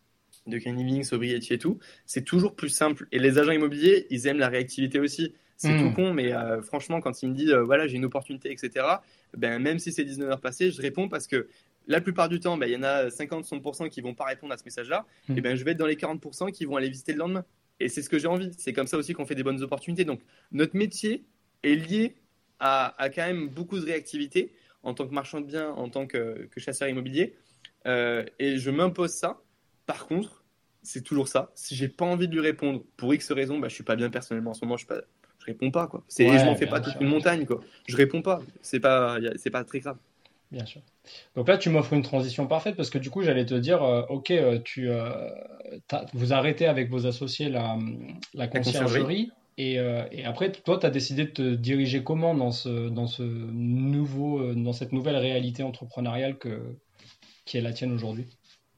de Can Living, Sobriety et tout, c'est toujours plus simple. Et les agents immobiliers, ils aiment la réactivité aussi. C'est tout
Mhm.
con, mais euh, franchement, quand ils me disent, euh, voilà, j'ai une opportunité, et cetera, ben, même si c'est dix-neuf heures passées, je réponds parce que la plupart du temps, ben, il y en a cinquante à soixante pour cent qui vont pas répondre à ce message-là, et
Mhm.
ben, je vais être dans les quarante pour cent qui vont aller visiter le lendemain. Et c'est ce que j'ai envie. C'est comme ça aussi qu'on fait des bonnes opportunités. Donc, notre métier est lié à, à quand même beaucoup de réactivité en tant que marchand de biens, en tant que, que chasseur immobilier. Euh, et je m'impose ça. Par contre, c'est toujours ça. Si j'ai pas envie de lui répondre pour X raison, bah, je suis pas bien personnellement en ce moment. Je, suis pas, je réponds pas quoi. C'est, et je m'en
Ouais,
fais pas
bien
toute
sûr,
une
bien sûr,
montagne quoi. Je réponds pas. C'est pas, y a- c'est pas très grave.
bien sûr. Donc là, tu m'offres une transition parfaite parce que du coup, j'allais te dire, euh, ok, euh, tu, euh, t'as- vous arrêtez avec vos associés la, la
La conciergerie.
conciergerie et, euh, et après, toi, tu as décidé de te diriger comment dans ce, dans ce nouveau, euh, dans cette nouvelle réalité entrepreneuriale que, qui est la tienne aujourd'hui?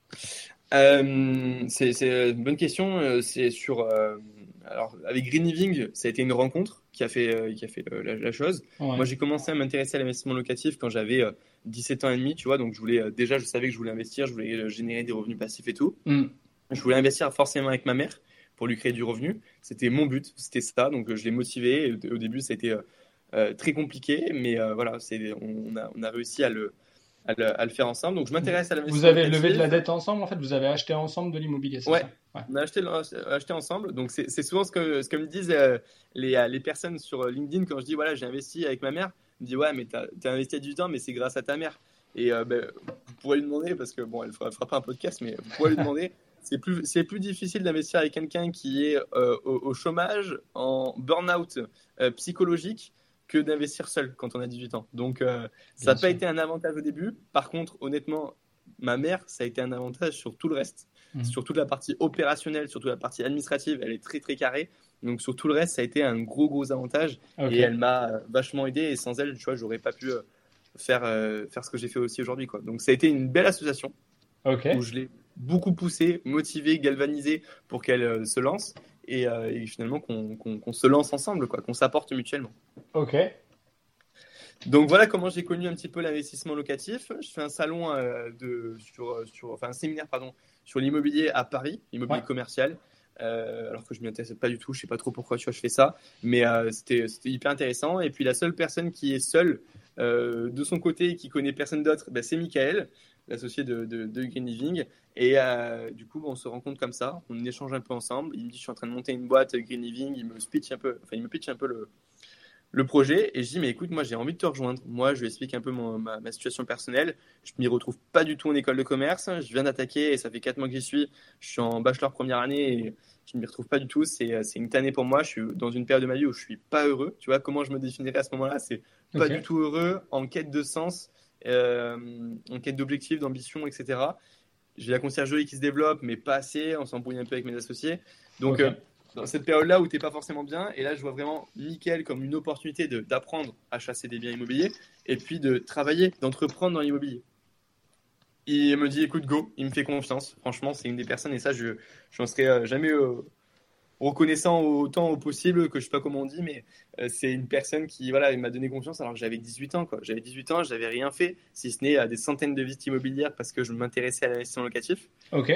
Euh, c'est, c'est une bonne question. Euh, C'est sur. euh, alors, avec Green Living, ça a été une rencontre qui a fait, euh, qui a fait euh, la, la chose.
Ouais,
Moi, j'ai commencé à m'intéresser à l'investissement locatif quand j'avais euh, dix-sept ans et demi, tu vois. Donc, je voulais, euh, déjà, je savais que je voulais investir, je voulais euh, générer des revenus passifs et tout.
Mm.
Je voulais investir forcément avec ma mère pour lui créer du revenu. C'était mon but, c'était ça. Donc, euh, je l'ai motivé. Et au, au début, ça a été euh, euh, très compliqué, mais euh, voilà, c'est, on, a, on a réussi à le, à le, à le faire ensemble. Donc, je m'intéresse à
Vous
l'investissement
avez levé de la
locatif.
dette ensemble, en fait, vous avez acheté ensemble de l'immobilier, c'est
Ouais,
ça? Ouais.
on a acheté, acheté ensemble. Donc, c'est c'est souvent ce que, ce que me disent euh, les, euh, les personnes sur LinkedIn quand je dis voilà, j'ai investi avec ma mère. Ils me disent ouais, mais tu as investi à dix-huit ans, mais c'est grâce à ta mère. Et euh, ben, vous pourrez lui demander, parce que bon, elle ne fera, elle fera pas un podcast, mais vous pourrez lui demander. C'est plus, c'est plus difficile d'investir avec quelqu'un qui est euh, au, au chômage, en burn-out euh, psychologique, que d'investir seul quand on a dix-huit ans. Donc, euh, ça
Bien
n'a pas
sûr.
été un avantage au début. Par contre, honnêtement, ma mère, ça a été un avantage sur tout le reste.
Mhm.
Sur toute la partie opérationnelle, sur toute la partie administrative, elle est très très carrée. Donc sur tout le reste, ça a été un gros gros avantage.
Ok.
Et elle m'a vachement aidé. Et sans elle, tu vois, j'aurais pas pu euh, faire, euh, faire ce que j'ai fait aussi aujourd'hui, quoi. Donc ça a été une belle association
Ok.
où je l'ai beaucoup poussé, motivé, galvanisé pour qu'elle euh, se lance. Et, euh, et finalement qu'on qu'on- qu'on se lance ensemble, quoi, qu'on s'apporte mutuellement.
Ok.
Donc voilà comment j'ai connu un petit peu l'investissement locatif. Je fais un salon euh, de, sur, sur, enfin un séminaire pardon, sur l'immobilier à Paris, l'immobilier
Ouais.
commercial. Euh, alors que je m'y intéressais pas du tout, je sais pas trop pourquoi tu vois, je fais ça, mais euh, c'était c'était hyper intéressant. Et puis la seule personne qui est seule euh, de son côté et qui connaît personne d'autre, ben, c'est Michael, l'associé de, de, de Green Living. Et euh, du coup, ben, on se rencontre comme ça, on échange un peu ensemble. Il me dit je suis en train de monter une boîte Green Living, il me pitch un peu, enfin il me pitch un peu le le projet et je dis mais écoute moi j'ai envie de te rejoindre, moi je lui explique un peu mon, ma, ma situation personnelle, je m'y retrouve pas du tout en école de commerce, je viens d'attaquer et ça fait quatre mois que j'y suis, je suis en bachelor première année et je m'y retrouve pas du tout, c'est, c'est une tannée pour moi, je suis dans une période de ma vie où je suis pas heureux, tu vois comment je me définirais à ce moment-là, c'est pas
Ok.
du tout heureux, en quête de sens, euh, en quête d'objectifs, d'ambition, etc. J'ai la conciergerie qui se développe mais pas assez, on s'embrouille un peu avec mes associés, donc
Ok.
euh, dans cette période-là où tu n'es pas forcément bien. Et là, je vois vraiment Mickaël comme une opportunité de, d'apprendre à chasser des biens immobiliers et puis de travailler, d'entreprendre dans l'immobilier. Il me dit, écoute, go, il me fait confiance. Franchement, c'est une des personnes, et ça, je n'en serai jamais euh, reconnaissant autant au possible, que je ne sais pas comment on dit, mais euh, c'est une personne qui voilà, il m'a donné confiance alors que j'avais dix-huit ans. Quoi. J'avais dix-huit ans, je n'avais rien fait, si ce n'est à des centaines de visites immobilières parce que je m'intéressais à l'investissement locatif.
Ok.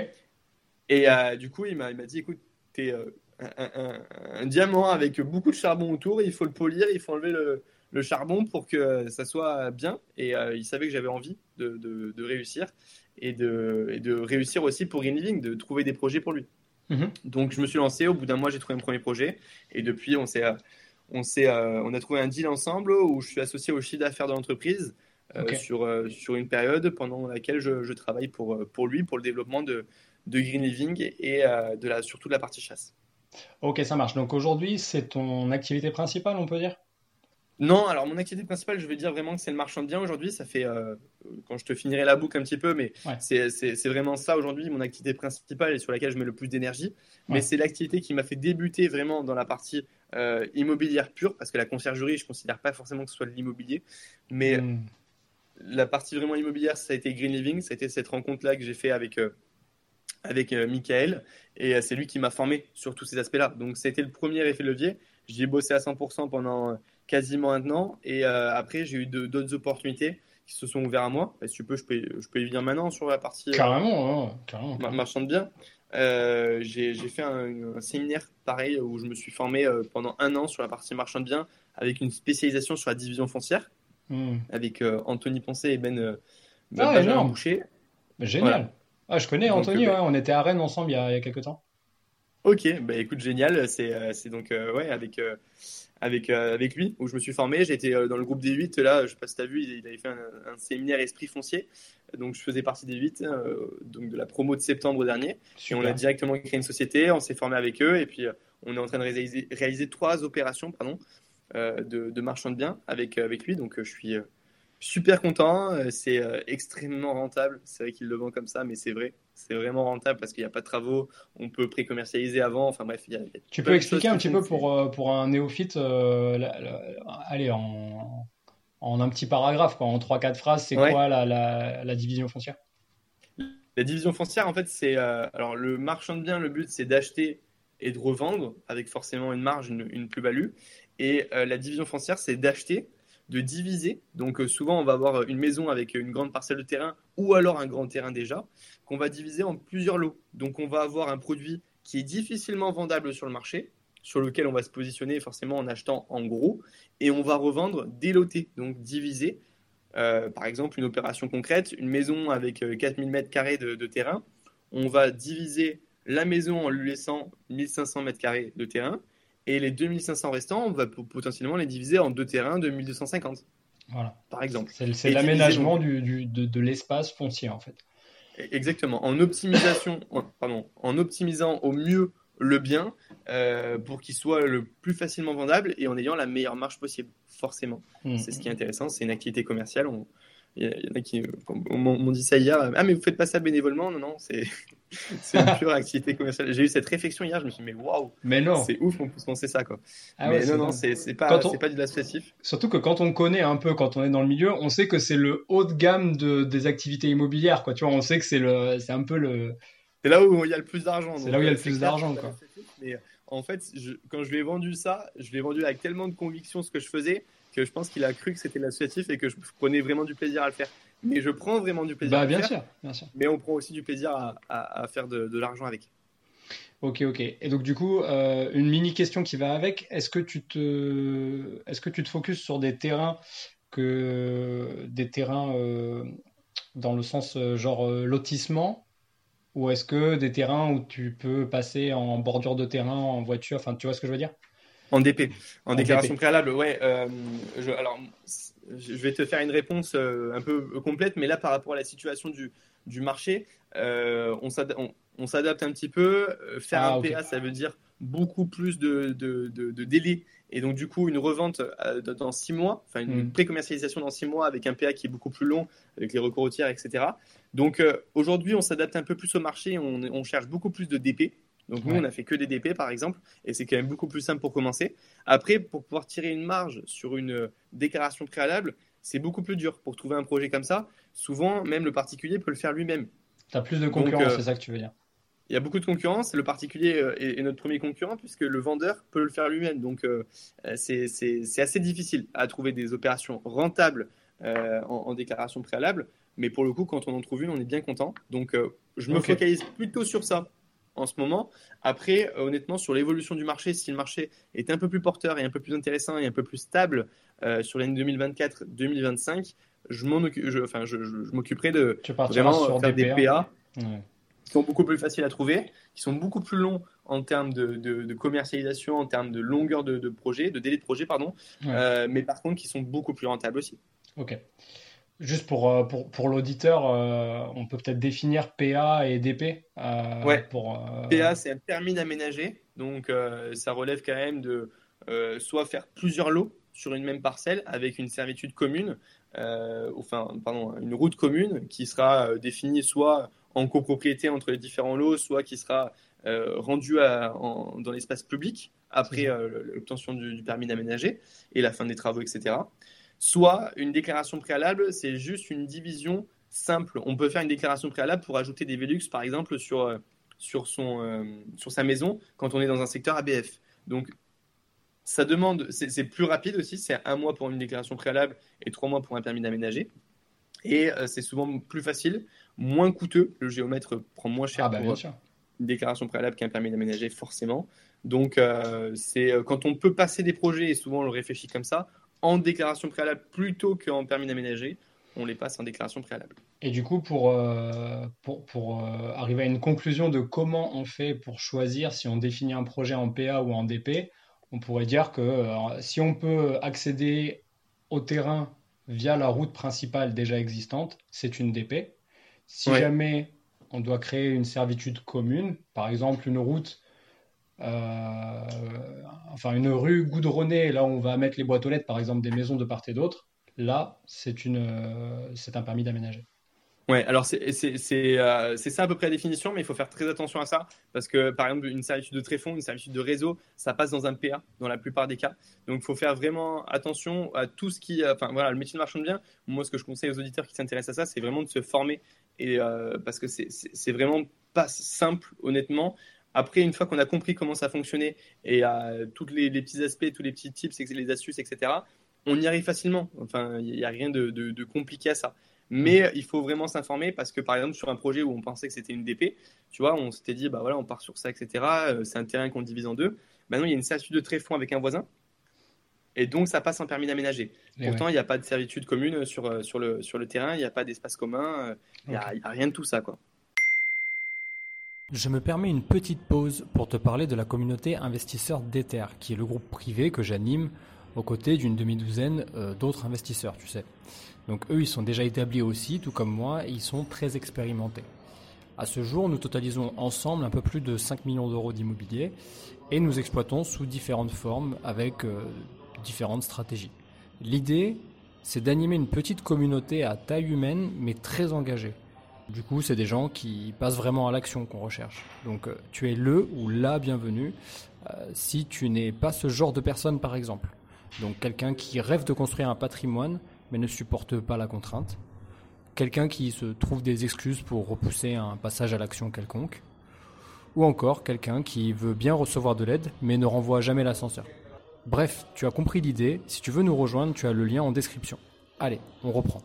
Et euh, du coup, il m'a, il m'a dit, écoute, tu es euh, un, un, un diamant avec beaucoup de charbon autour, il faut le polir, il faut enlever le, le charbon pour que ça soit bien. Et euh, il savait que j'avais envie de, de, de réussir et de, et de réussir aussi pour Green Living, de trouver des projets pour lui.
Mhm.
Donc je me suis lancé, au bout d'un mois j'ai trouvé mon premier projet et depuis on, s'est, on, s'est, euh, on a trouvé un deal ensemble où je suis associé au chiffre d'affaires de l'entreprise euh,
Ok.
sur, euh, sur une période pendant laquelle je, je travaille pour, pour lui, pour le développement de, de Green Living et euh, de la, surtout de la partie chasse.
Ok, ça marche. Donc aujourd'hui, c'est ton activité principale, on peut dire?
Non, alors mon activité principale, je vais dire vraiment que c'est le marchand de biens aujourd'hui. Ça fait, euh, quand je te finirai la boucle un petit peu, mais
Ouais.
c'est, c'est, c'est vraiment ça aujourd'hui, mon activité principale et sur laquelle je mets le plus d'énergie. Mais
Ouais.
c'est l'activité qui m'a fait débuter vraiment dans la partie euh, immobilière pure, parce que la conciergerie, je ne considère pas forcément que ce soit de l'immobilier. Mais
Hmm.
la partie vraiment immobilière, ça a été Green Living, ça a été cette rencontre-là que j'ai fait avec, euh, avec euh, Michael. Et euh, c'est lui qui m'a formé sur tous ces aspects-là. Donc ça a été le premier effet de levier. J'y ai bossé à cent pour cent pendant quasiment un an. Et euh, après, j'ai eu de, d'autres opportunités qui se sont ouvertes à moi. Et si tu peux, je peux, je peux y venir maintenant sur la partie euh,
Carrément, ouais, carrément,
ma-
carrément.
marchand de biens. Euh, j'ai, j'ai fait un, un séminaire pareil où je me suis formé euh, pendant un an sur la partie marchand de biens avec une spécialisation sur la division foncière
Hmm.
avec euh, Anthony Poncet et Ben euh,
Ah,
Benjamin
énorme.
Boucher.
Bah,
Voilà.
génial. Ah, je connais
Donc, euh,
Anthony,
ben,
ouais, on était à Rennes ensemble il y a, il y a quelques temps.
ok, bah écoute, génial. C'est, euh, c'est donc euh, ouais, avec, euh, avec, euh, avec lui où je me suis formé. J'étais euh, dans le groupe des huit. Là, je sais pas si tu as vu, il, il avait fait un, un séminaire esprit foncier. Donc, je faisais partie des huit, euh, donc de la promo de septembre dernier. Et on a
Super.
directement créé une société. On s'est formé avec eux. Et puis, euh, on est en train de réaliser, réaliser trois opérations pardon, euh, de, de marchand de biens avec, euh, avec lui. Donc, euh, je suis euh, super content. Euh, C'est euh, extrêmement rentable. C'est vrai qu'il le vend comme ça, mais c'est vrai. C'est vraiment rentable parce qu'il n'y a pas de travaux. On peut pré-commercialiser avant. Enfin bref, il y a, il y a
Tu
plein
peux
de choses
expliquer un
qui
petit
font
peu
que c'est.
pour, euh, pour un néophyte, euh, la- la- allez, en, en un petit paragraphe, quoi, en trois quatre phrases, c'est
Ouais.
quoi la, la, la division foncière?
La division foncière, en fait, c'est. Euh, alors, le marchand de biens, le but, c'est d'acheter et de revendre avec forcément une marge, une, une plus-value. Et euh, la division foncière, c'est d'acheter, de diviser. Donc euh, souvent, on va avoir une maison avec une grande parcelle de terrain ou alors un grand terrain déjà, qu'on va diviser en plusieurs lots. Donc on va avoir un produit qui est difficilement vendable sur le marché, sur lequel on va se positionner forcément en achetant en gros, et on va revendre déloté, donc divisé. Euh, par exemple, une opération concrète, une maison avec quatre mille mètres carrés de, de terrain, on va diviser la maison en lui laissant mille cinq cents mètres carrés de terrain, et les deux mille cinq cents restants, on va potentiellement les diviser en deux terrains de mille deux cent cinquante,
Voilà.
par exemple.
C'est, c'est
Et
l'aménagement
diviser,
du, du, de, de l'espace foncier, en fait.
exactement, en optimisation, en, pardon, en optimisant au mieux le bien euh, pour qu'il soit le plus facilement vendable et en ayant la meilleure marge possible, forcément.
Mmh.
C'est ce qui est intéressant, c'est une activité commerciale. On, il y en a qui m'ont, m'ont dit ça hier. Ah, mais vous faites pas ça bénévolement? Non, non, c'est, c'est une pure activité commerciale. J'ai eu cette réflexion hier, je me suis dit, mais waouh,
Mais non.
c'est ouf, on peut se penser ça, quoi.
Ah
mais
ouais,
non,
c'est
non,
dingue.
c'est, c'est pas,
Quand on-
c'est pas du l'associatif.
Surtout que quand on connaît un peu, quand on est dans le milieu, on sait que c'est le haut de gamme de, des activités immobilières, quoi. Tu vois, on sait que c'est le, c'est un peu le,
C'est là où il y a le plus d'argent.
c'est
Donc,
là où il y a
euh,
le
c'est
plus
clair,
d'argent,
c'est pas
quoi.
l'associatif. Mais euh, en fait, je- quand je lui ai vendu ça, je l'ai vendu avec tellement de conviction ce que je faisais que je pense qu'il a cru que c'était l'associatif et que je prenais vraiment du plaisir à le faire. Mais je prends vraiment du plaisir
Bah,
à le
bien
faire,
sûr, bien sûr.
mais on prend aussi du plaisir à, à- à faire de, de l'argent avec.
Ok, ok. Et donc, du coup, euh, une mini question qui va avec. Est-ce que tu te, est-ce que tu te focuses sur des terrains que, des terrains, euh, dans le sens, euh, genre, euh, lotissement, ou est-ce que des terrains où tu peux passer en bordure de terrain, en voiture, enfin, tu vois ce que je veux dire?
En D P, en
En
déclaration
D P.
préalable, ouais. euh, je, alors, je vais te faire une réponse euh, un peu complète, mais là, par rapport à la situation du, du marché, euh, on s'ad- on- on s'adapte un petit peu. Euh, Faire un
Ah, ok.
P A, ça veut dire beaucoup plus de, de, de, de délai. Et donc, du coup, une revente euh, dans six mois, enfin une
Hmm.
pré-commercialisation dans six mois avec un P A qui est beaucoup plus long, avec les recours au tiers, et cetera. Donc, euh, aujourd'hui, on s'adapte un peu plus au marché, on, on cherche beaucoup plus de D P. Donc, nous, on
Ouais.
a fait que des D P, par exemple, et c'est quand même beaucoup plus simple pour commencer. Après, pour pouvoir tirer une marge sur une euh, déclaration préalable, c'est beaucoup plus dur pour trouver un projet comme ça. Souvent, même le particulier peut le faire lui-même.
T'as plus de
Donc,
concurrence,
euh,
c'est ça que tu veux dire.
il y a beaucoup de concurrence. Le particulier euh, est, est notre premier concurrent puisque le vendeur peut le faire lui-même. Donc, euh, euh, c'est, c'est- c'est assez difficile à trouver des opérations rentables euh, en, en déclaration préalable. Mais pour le coup, quand on en trouve une, on est bien content. Donc, euh, je me
Ok.
focalise plutôt sur ça en ce moment. Après, euh, honnêtement, sur l'évolution du marché, si le marché est un peu plus porteur et un peu plus intéressant et un peu plus stable euh, sur l'année deux mille vingt-quatre deux mille vingt-cinq, je m'en occu- je, enfin, je, je- je m'occuperai de
Tu partiras
vraiment euh,
sur
faire
des
des
P A.
P A
Ouais.
qui sont beaucoup plus faciles à trouver, qui sont beaucoup plus longs en termes de, de- de commercialisation, en termes de longueur de, de projet, de délai de projet, pardon,
Ouais.
euh, mais par contre qui sont beaucoup plus rentables aussi.
Ok. Juste pour, euh, pour, pour l'auditeur, euh, on peut peut-être définir P A et D P euh,
Ouais,
pour. euh,
P A, c'est un permis d'aménager, donc euh, ça relève quand même de euh, soit faire plusieurs lots sur une même parcelle avec une servitude commune, euh, enfin, pardon, une route commune qui sera euh, définie soit en copropriété entre les différents lots, soit qui sera euh, rendue à- en- dans l'espace public
C'est
après
ça.
euh, l'obtention du, du permis d'aménager et la fin des travaux, et cetera. Soit une déclaration préalable, c'est juste une division simple. On peut faire une déclaration préalable pour ajouter des Velux, par exemple, sur, euh, sur, son, euh, sur sa maison quand on est dans un secteur A B F. Donc, ça demande, c'est c'est plus rapide aussi, c'est un mois pour une déclaration préalable et trois mois pour un permis d'aménager. Et euh, c'est souvent plus facile, moins coûteux. Le géomètre prend moins
Ah,
cher
bah,
pour
bien
euh,
sûr.
une déclaration préalable qu'un permis d'aménager, forcément. Donc, euh, c'est euh, quand on peut passer des projets, et souvent on le réfléchit comme ça, en déclaration préalable plutôt qu'en permis d'aménager, on les passe en déclaration préalable.
Et du coup, pour, euh, pour, pour euh, arriver à une conclusion de comment on fait pour choisir si on définit un projet en P A ou en D P, on pourrait dire que euh, si on peut accéder au terrain via la route principale déjà existante, c'est une D P. Si
Ouais.
jamais on doit créer une servitude commune, par exemple une route, euh, enfin une rue goudronnée, là où on va mettre les boîtes aux lettres, par exemple des maisons de part et d'autre, là, c'est une, euh, c'est un permis d'aménager.
Ouais, alors c'est c'est- c'est, euh, c'est ça à peu près la définition, mais il faut faire très attention à ça, parce que par exemple, une servitude de tréfonds, une servitude de réseau, ça passe dans un P A dans la plupart des cas. Donc il faut faire vraiment attention à tout ce qui. euh, Enfin voilà, le métier de marchand de biens, moi ce que je conseille aux auditeurs qui s'intéressent à ça, c'est vraiment de se former, et, euh, parce que c'est c'est- c'est vraiment pas simple, honnêtement. Après, une fois qu'on a compris comment ça fonctionnait et euh, tous les, les petits aspects, tous les petits tips, et les astuces, et cetera, on y arrive facilement. Enfin, il n'y a rien de, de, de compliqué à ça. Mais mmh. il faut vraiment s'informer parce que, par exemple, sur un projet où on pensait que c'était une D P, tu vois, on s'était dit, bah voilà, on part sur ça, et cetera. Euh, c'est un terrain qu'on divise en deux. Maintenant, il y a une servitude de tréfonds avec un voisin. Et donc, ça passe en permis d'aménager. Et Pourtant, il ouais. n'y a pas de servitude commune sur, sur, le, sur le terrain. Il n'y a pas d'espace commun. Il n'y a, okay. a rien de tout ça, quoi.
Je me permets une petite pause pour te parler de la communauté investisseurs d'Ether, qui est le groupe privé que j'anime aux côtés d'une demi-douzaine euh, d'autres investisseurs, tu sais. Donc eux, ils sont déjà établis aussi, tout comme moi, et ils sont très expérimentés. À ce jour, nous totalisons ensemble un peu plus de cinq millions d'euros d'immobilier et nous exploitons sous différentes formes avec euh, différentes stratégies. L'idée, c'est d'animer une petite communauté à taille humaine, mais très engagée. Du coup, c'est des gens qui passent vraiment à l'action qu'on recherche. Donc, euh, tu es le ou la bienvenue euh, si tu n'es pas ce genre de personne, par exemple. Donc, quelqu'un qui rêve de construire un patrimoine, mais ne supporte pas la contrainte. Quelqu'un qui se trouve des excuses pour repousser un passage à l'action quelconque. Ou encore quelqu'un qui veut bien recevoir de l'aide, mais ne renvoie jamais l'ascenseur. Bref, tu as compris l'idée. Si tu veux nous rejoindre, tu as le lien en description. Allez, on reprend.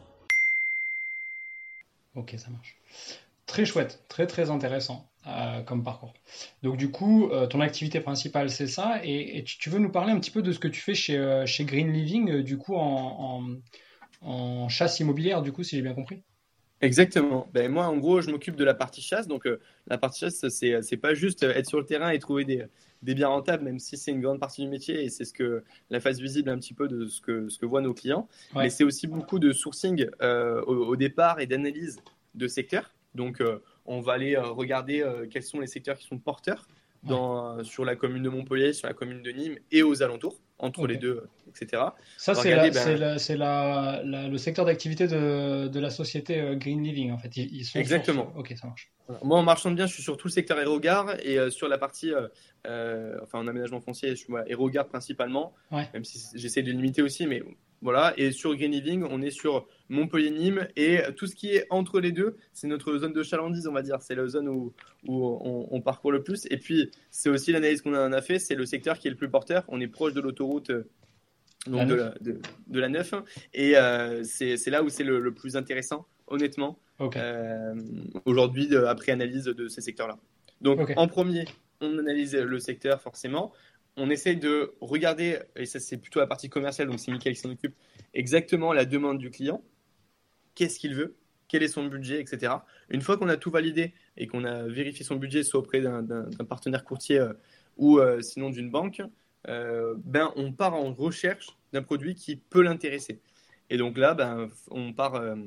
Ok, ça marche. Très chouette, très très intéressant euh, comme parcours. Donc du coup, euh, ton activité principale, c'est ça. Et, et tu, tu veux nous parler un petit peu de ce que tu fais chez, euh, chez Green Living, euh, du coup, en, en, en chasse immobilière, du coup, si j'ai bien compris.
Exactement. Ben, moi, en gros, je m'occupe de la partie chasse. Donc, euh, la partie chasse, c'est, c'est pas juste être sur le terrain et trouver des, des biens rentables, même si c'est une grande partie du métier et c'est ce que, la face visible un petit peu de ce que, ce que voient nos clients. Ouais. Mais c'est aussi beaucoup de sourcing euh, au, au départ et d'analyse de secteurs. Donc, euh, on va aller euh, regarder euh, quels sont les secteurs qui sont porteurs dans, ouais. euh, sur la commune de Montpellier, sur la commune de Nîmes et aux alentours, entre okay. les deux, et cetera.
Ça, c'est, regarder, la, ben... c'est, la, c'est la, la, le secteur d'activité de, de la société euh, Green Living, en fait. Ils, ils sont
Exactement.
Sur... Ok, ça marche.
Moi, en marchand de biens, je suis sur tout le secteur aérogare et euh, sur la partie, euh, euh, enfin, en aménagement foncier, je suis voilà, aérogare principalement, ouais. même si j'essaie de limiter aussi, mais voilà. Et sur Green Living, on est sur Montpellier-Nîmes et tout ce qui est entre les deux, c'est notre zone de chalandise, on va dire. C'est la zone où, où on, on parcourt le plus. Et puis, c'est aussi l'analyse qu'on en a fait, c'est le secteur qui est le plus porteur. On est proche de l'autoroute. Euh, donc la de, la, de, de la neuf et euh, c'est, c'est là où c'est le, le plus intéressant honnêtement okay. euh, aujourd'hui de, après analyse de ces secteurs là donc okay. en premier on analyse le secteur forcément, on essaye de regarder et ça c'est plutôt la partie commerciale donc c'est Mickaël qui s'en occupe exactement la demande du client, qu'est-ce qu'il veut, quel est son budget, etc. Une fois qu'on a tout validé et qu'on a vérifié son budget soit auprès d'un, d'un, d'un partenaire courtier euh, ou euh, sinon d'une banque, Euh, ben, on part en recherche d'un produit qui peut l'intéresser. Et donc là, ben, on, part, euh,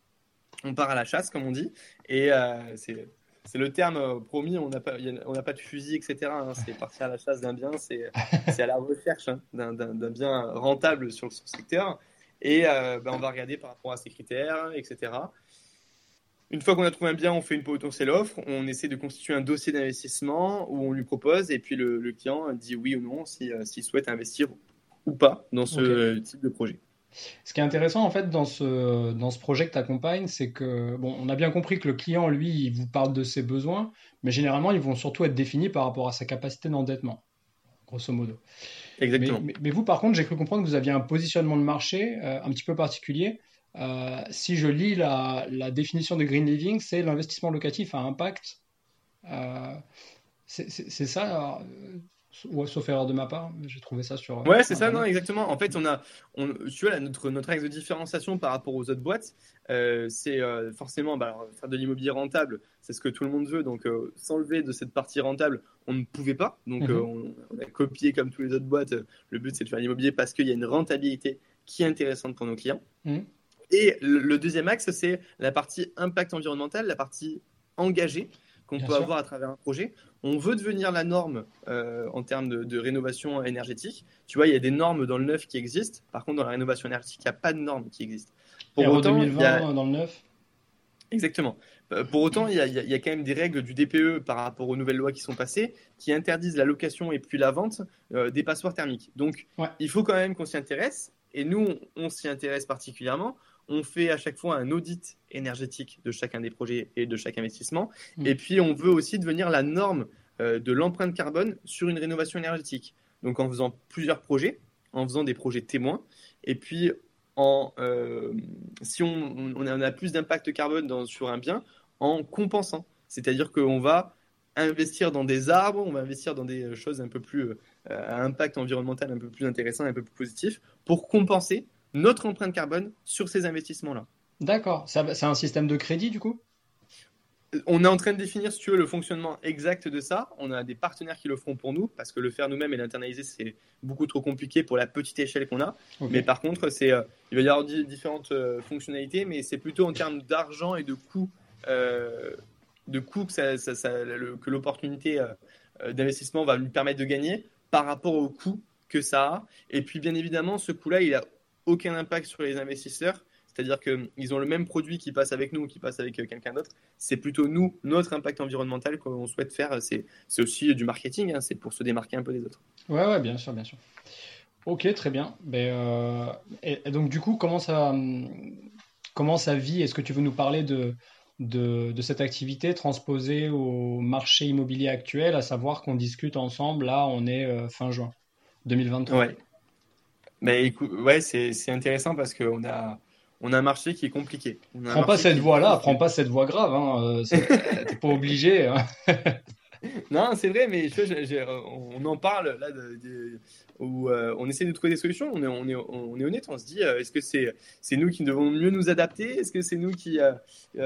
on part à la chasse, comme on dit. Et euh, c'est, c'est le terme euh, promis, on n'a pas, pas de fusil, et cetera. Hein, c'est partir à la chasse d'un bien, c'est, c'est à la recherche hein, d'un, d'un, d'un bien rentable sur le secteur. Et euh, ben, on va regarder par rapport à ses critères, et cetera. Une fois qu'on a trouvé un bien, on fait une potentielle offre, on essaie de constituer un dossier d'investissement où on lui propose et puis le, le client dit oui ou non si, euh, s'il souhaite investir ou pas dans ce okay. type de projet.
Ce qui est intéressant en fait dans ce, dans ce projet que tu accompagnes, c'est que bon, on a bien compris que le client, lui, il vous parle de ses besoins, mais généralement, ils vont surtout être définis par rapport à sa capacité d'endettement, grosso modo.
Exactement.
Mais, mais, mais vous, par contre, j'ai cru comprendre que vous aviez un positionnement de marché euh, un petit peu particulier. Euh, si je lis la, la définition de Green Living, c'est l'investissement locatif à impact. Euh, c'est, c'est, c'est ça, euh, sauf erreur de ma part, j'ai trouvé ça sur.
Ouais, c'est Internet. Ça, non, exactement. En fait, on a, on, tu vois, là, notre, notre axe de différenciation par rapport aux autres boîtes, euh, c'est euh, forcément bah, alors, faire de l'immobilier rentable, c'est ce que tout le monde veut. Donc, euh, s'enlever de cette partie rentable, on ne pouvait pas. Donc, mm-hmm. euh, on, on a copié comme tous les autres boîtes. Le but, c'est de faire l'immobilier parce qu'il y a une rentabilité qui est intéressante pour nos clients. Mm. Et le deuxième axe, c'est la partie impact environnemental, la partie engagée qu'on Bien peut sûr. avoir à travers un projet. On veut devenir la norme euh, en termes de, de rénovation énergétique. Tu vois, il y a des normes dans le neuf qui existent. Par contre, dans la rénovation énergétique, il n'y a pas de normes qui existent.
Pour autant, deux mille vingt il y a... dans le neuf.
Exactement. Pour autant, il y, a, il y a quand même des règles du D P E par rapport aux nouvelles lois qui sont passées qui interdisent la location et puis la vente euh, des passoires thermiques. Donc, ouais. il faut quand même qu'on s'y intéresse. Et nous, on, on s'y intéresse particulièrement. On fait à chaque fois un audit énergétique de chacun des projets et de chaque investissement. Mmh. Et puis, on veut aussi devenir la norme euh, de l'empreinte carbone sur une rénovation énergétique. Donc, en faisant plusieurs projets, en faisant des projets témoins, Et puis, en, euh, si on, on, a, on a plus d'impact carbone dans, sur un bien, en compensant. C'est-à-dire qu'on va investir dans des arbres, on va investir dans des choses un peu plus euh, à impact environnemental un peu plus intéressant, un peu plus positif, pour compenser notre empreinte carbone sur ces investissements-là.
D'accord. Ça, c'est un système de crédit du coup?
On est en train de définir, si tu veux, le fonctionnement exact de ça. On a des partenaires qui le feront pour nous, parce que le faire nous-mêmes et l'internaliser, c'est beaucoup trop compliqué pour la petite échelle qu'on a. Okay. Mais par contre, c'est, euh, il va y avoir d- différentes euh, fonctionnalités, mais c'est plutôt en termes d'argent et de coûts, euh, de coûts que, ça, ça, ça, le, que l'opportunité euh, d'investissement va lui permettre de gagner par rapport au coût que ça a. Et puis, bien évidemment, ce coût-là, il n'a aucun impact sur les investisseurs. C'est-à-dire qu'ils ont le même produit qui passe avec nous ou qui passe avec quelqu'un d'autre. C'est plutôt nous, notre impact environnemental qu'on souhaite faire. C'est, c'est aussi du marketing, hein, c'est pour se démarquer un peu des autres.
Ouais, ouais, bien sûr, bien sûr. Ok, très bien. Ben, euh, et, et donc du coup, comment ça, comment ça vit? Est-ce que tu veux nous parler de, de, de cette activité transposée au marché immobilier actuel, à savoir qu'on discute ensemble, là, on est euh, fin juin deux mille vingt-trois.
Ouais, ben, écoute, ouais c'est, c'est intéressant parce qu'on a... On a un marché qui est compliqué. On a
prends pas cette voie-là, prends pas cette voie grave. Hein. T'es pas obligé. Hein.
Non, c'est vrai, mais je, je, je, on en parle là, de, de, où euh, on essaie de trouver des solutions. On est, on est, on est honnête. On se dit, euh, est-ce que c'est, c'est nous qui devons mieux nous adapter? Est-ce que c'est nous qui, euh,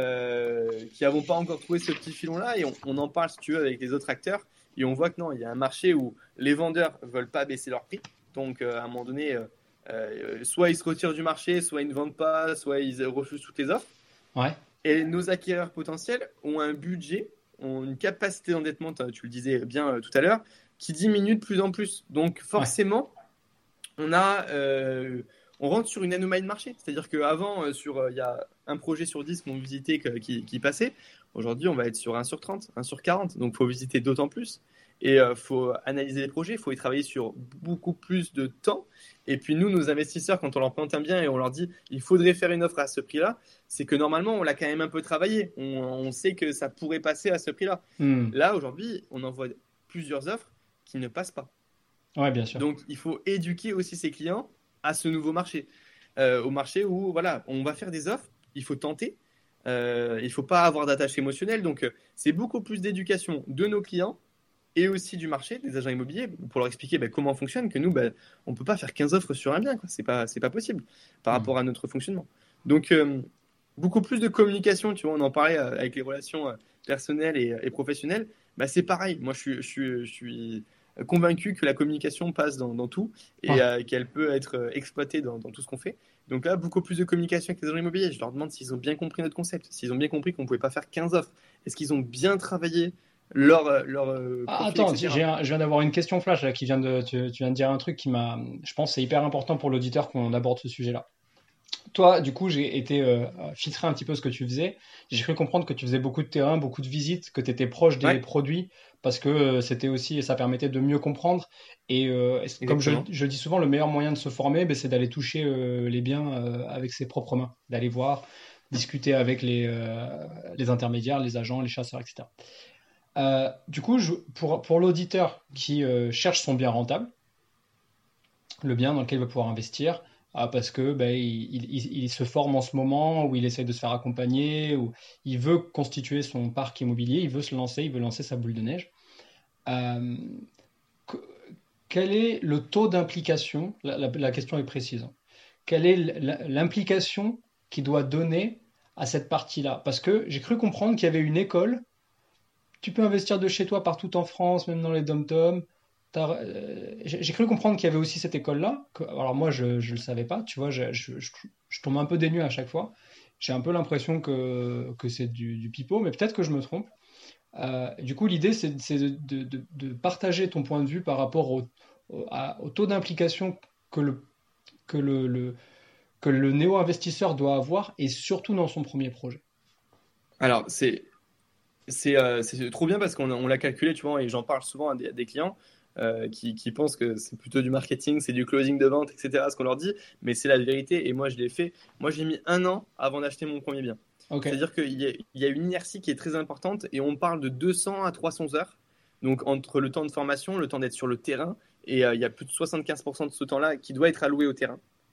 euh, qui avons pas encore trouvé ce petit filon-là? Et on, on en parle, si tu veux, avec les autres acteurs. Et on voit que non, il y a un marché où les vendeurs veulent pas baisser leur prix. Donc, euh, à un moment donné. Euh, Euh, soit ils se retirent du marché, soit ils ne vendent pas, soit ils refusent toutes les offres.
Ouais.
Et nos acquéreurs potentiels ont un budget, ont une capacité d'endettement, tu le disais bien euh, tout à l'heure, qui diminue de plus en plus. Donc forcément, ouais. on a, euh, on rentre sur une anomalie de marché. C'est-à-dire qu'avant, il euh, euh, y a un projet sur dix qu'on visitait qui, qui passait. Aujourd'hui, on va être sur un sur trente, un sur quarante. Donc il faut visiter d'autant plus. Et il euh, faut analyser les projets, il faut y travailler sur beaucoup plus de temps. Et puis nous, nos investisseurs, quand on leur présente un bien et on leur dit il faudrait faire une offre à ce prix-là, c'est que normalement, on l'a quand même un peu travaillé. On, on sait que ça pourrait passer à ce prix-là. Mm. Là, aujourd'hui, on envoie plusieurs offres qui ne passent pas.
Ouais, bien sûr.
Donc, il faut éduquer aussi ses clients à ce nouveau marché. Euh, au marché où, voilà, on va faire des offres, il faut tenter. Euh, il ne faut pas avoir d'attache émotionnelle. Donc, euh, c'est beaucoup plus d'éducation de nos clients et aussi du marché, des agents immobiliers, pour leur expliquer bah, comment on fonctionne, que nous, bah, on ne peut pas faire quinze offres sur un bien. Ce n'est pas, c'est pas possible par mmh. rapport à notre fonctionnement. Donc, euh, beaucoup plus de communication, tu vois, on en parlait euh, avec les relations euh, personnelles et, et professionnelles. Bah, c'est pareil, moi, je suis, je, suis, je suis convaincu que la communication passe dans, dans tout et ouais. euh, qu'elle peut être exploitée dans, dans tout ce qu'on fait. Donc là, beaucoup plus de communication avec les agents immobiliers. Je leur demande s'ils ont bien compris notre concept, s'ils ont bien compris qu'on ne pouvait pas faire quinze offres. Est-ce qu'ils ont bien travaillé leur, leur
ah, attends, j'ai un, je viens d'avoir une question flash là, qui vient de, tu, tu viens de dire un truc qui m'a, je pense, c'est hyper important pour l'auditeur qu'on aborde ce sujet-là. Toi, du coup, j'ai été euh, filtrer un petit peu ce que tu faisais. J'ai cru comprendre que tu faisais beaucoup de terrain, beaucoup de visites, que tu étais proche des ouais. produits parce que euh, c'était aussi, ça permettait de mieux comprendre. Et euh, comme je, je dis souvent, le meilleur moyen de se former, ben, c'est d'aller toucher euh, les biens euh, avec ses propres mains, d'aller voir, discuter avec les, euh, les intermédiaires, les agents, les chasseurs, et cetera. Euh, du coup, je, pour, pour l'auditeur qui euh, cherche son bien rentable, le bien dans lequel il va pouvoir investir, ah, parce que ben, il, il, il se forme en ce moment, ou il essaye de se faire accompagner, ou il veut constituer son parc immobilier, il veut se lancer, il veut lancer sa boule de neige. Euh, que, quel est le taux d'implication? La, la, la question est précise. Quelle est l'implication qu'il doit donner à cette partie-là? Parce que j'ai cru comprendre qu'il y avait une école. Tu peux investir de chez toi partout en France, même dans les dom-toms. Euh, j'ai cru comprendre qu'il y avait aussi cette école-là. Que, alors moi, je ne le savais pas. Tu vois, je, je, je, je tombe un peu dénu à chaque fois. J'ai un peu l'impression que, que c'est du, du pipeau, mais peut-être que je me trompe. Euh, du coup, l'idée, c'est de, de, de, de partager ton point de vue par rapport au, au, à, au taux d'implication que le, que le, le, que le néo-investisseur doit avoir, et surtout dans son premier projet.
Alors, c'est... C'est, euh, c'est trop bien parce qu'on on l'a calculé, tu vois, et j'en parle souvent à des, à des clients euh, qui, qui pensent que c'est plutôt du marketing, c'est du closing de vente, et cetera, ce qu'on leur dit, mais c'est la vérité, et moi je l'ai fait. Moi j'ai mis un an avant d'acheter mon premier bien. Okay. C'est-à-dire qu'il y a, il y a une inertie qui est très importante, et on parle de deux cents à trois cents heures, donc entre le temps de formation, le temps d'être sur le terrain, et euh, il y a plus de soixante-quinze pour cent de ce temps-là qui doit être alloué au terrain.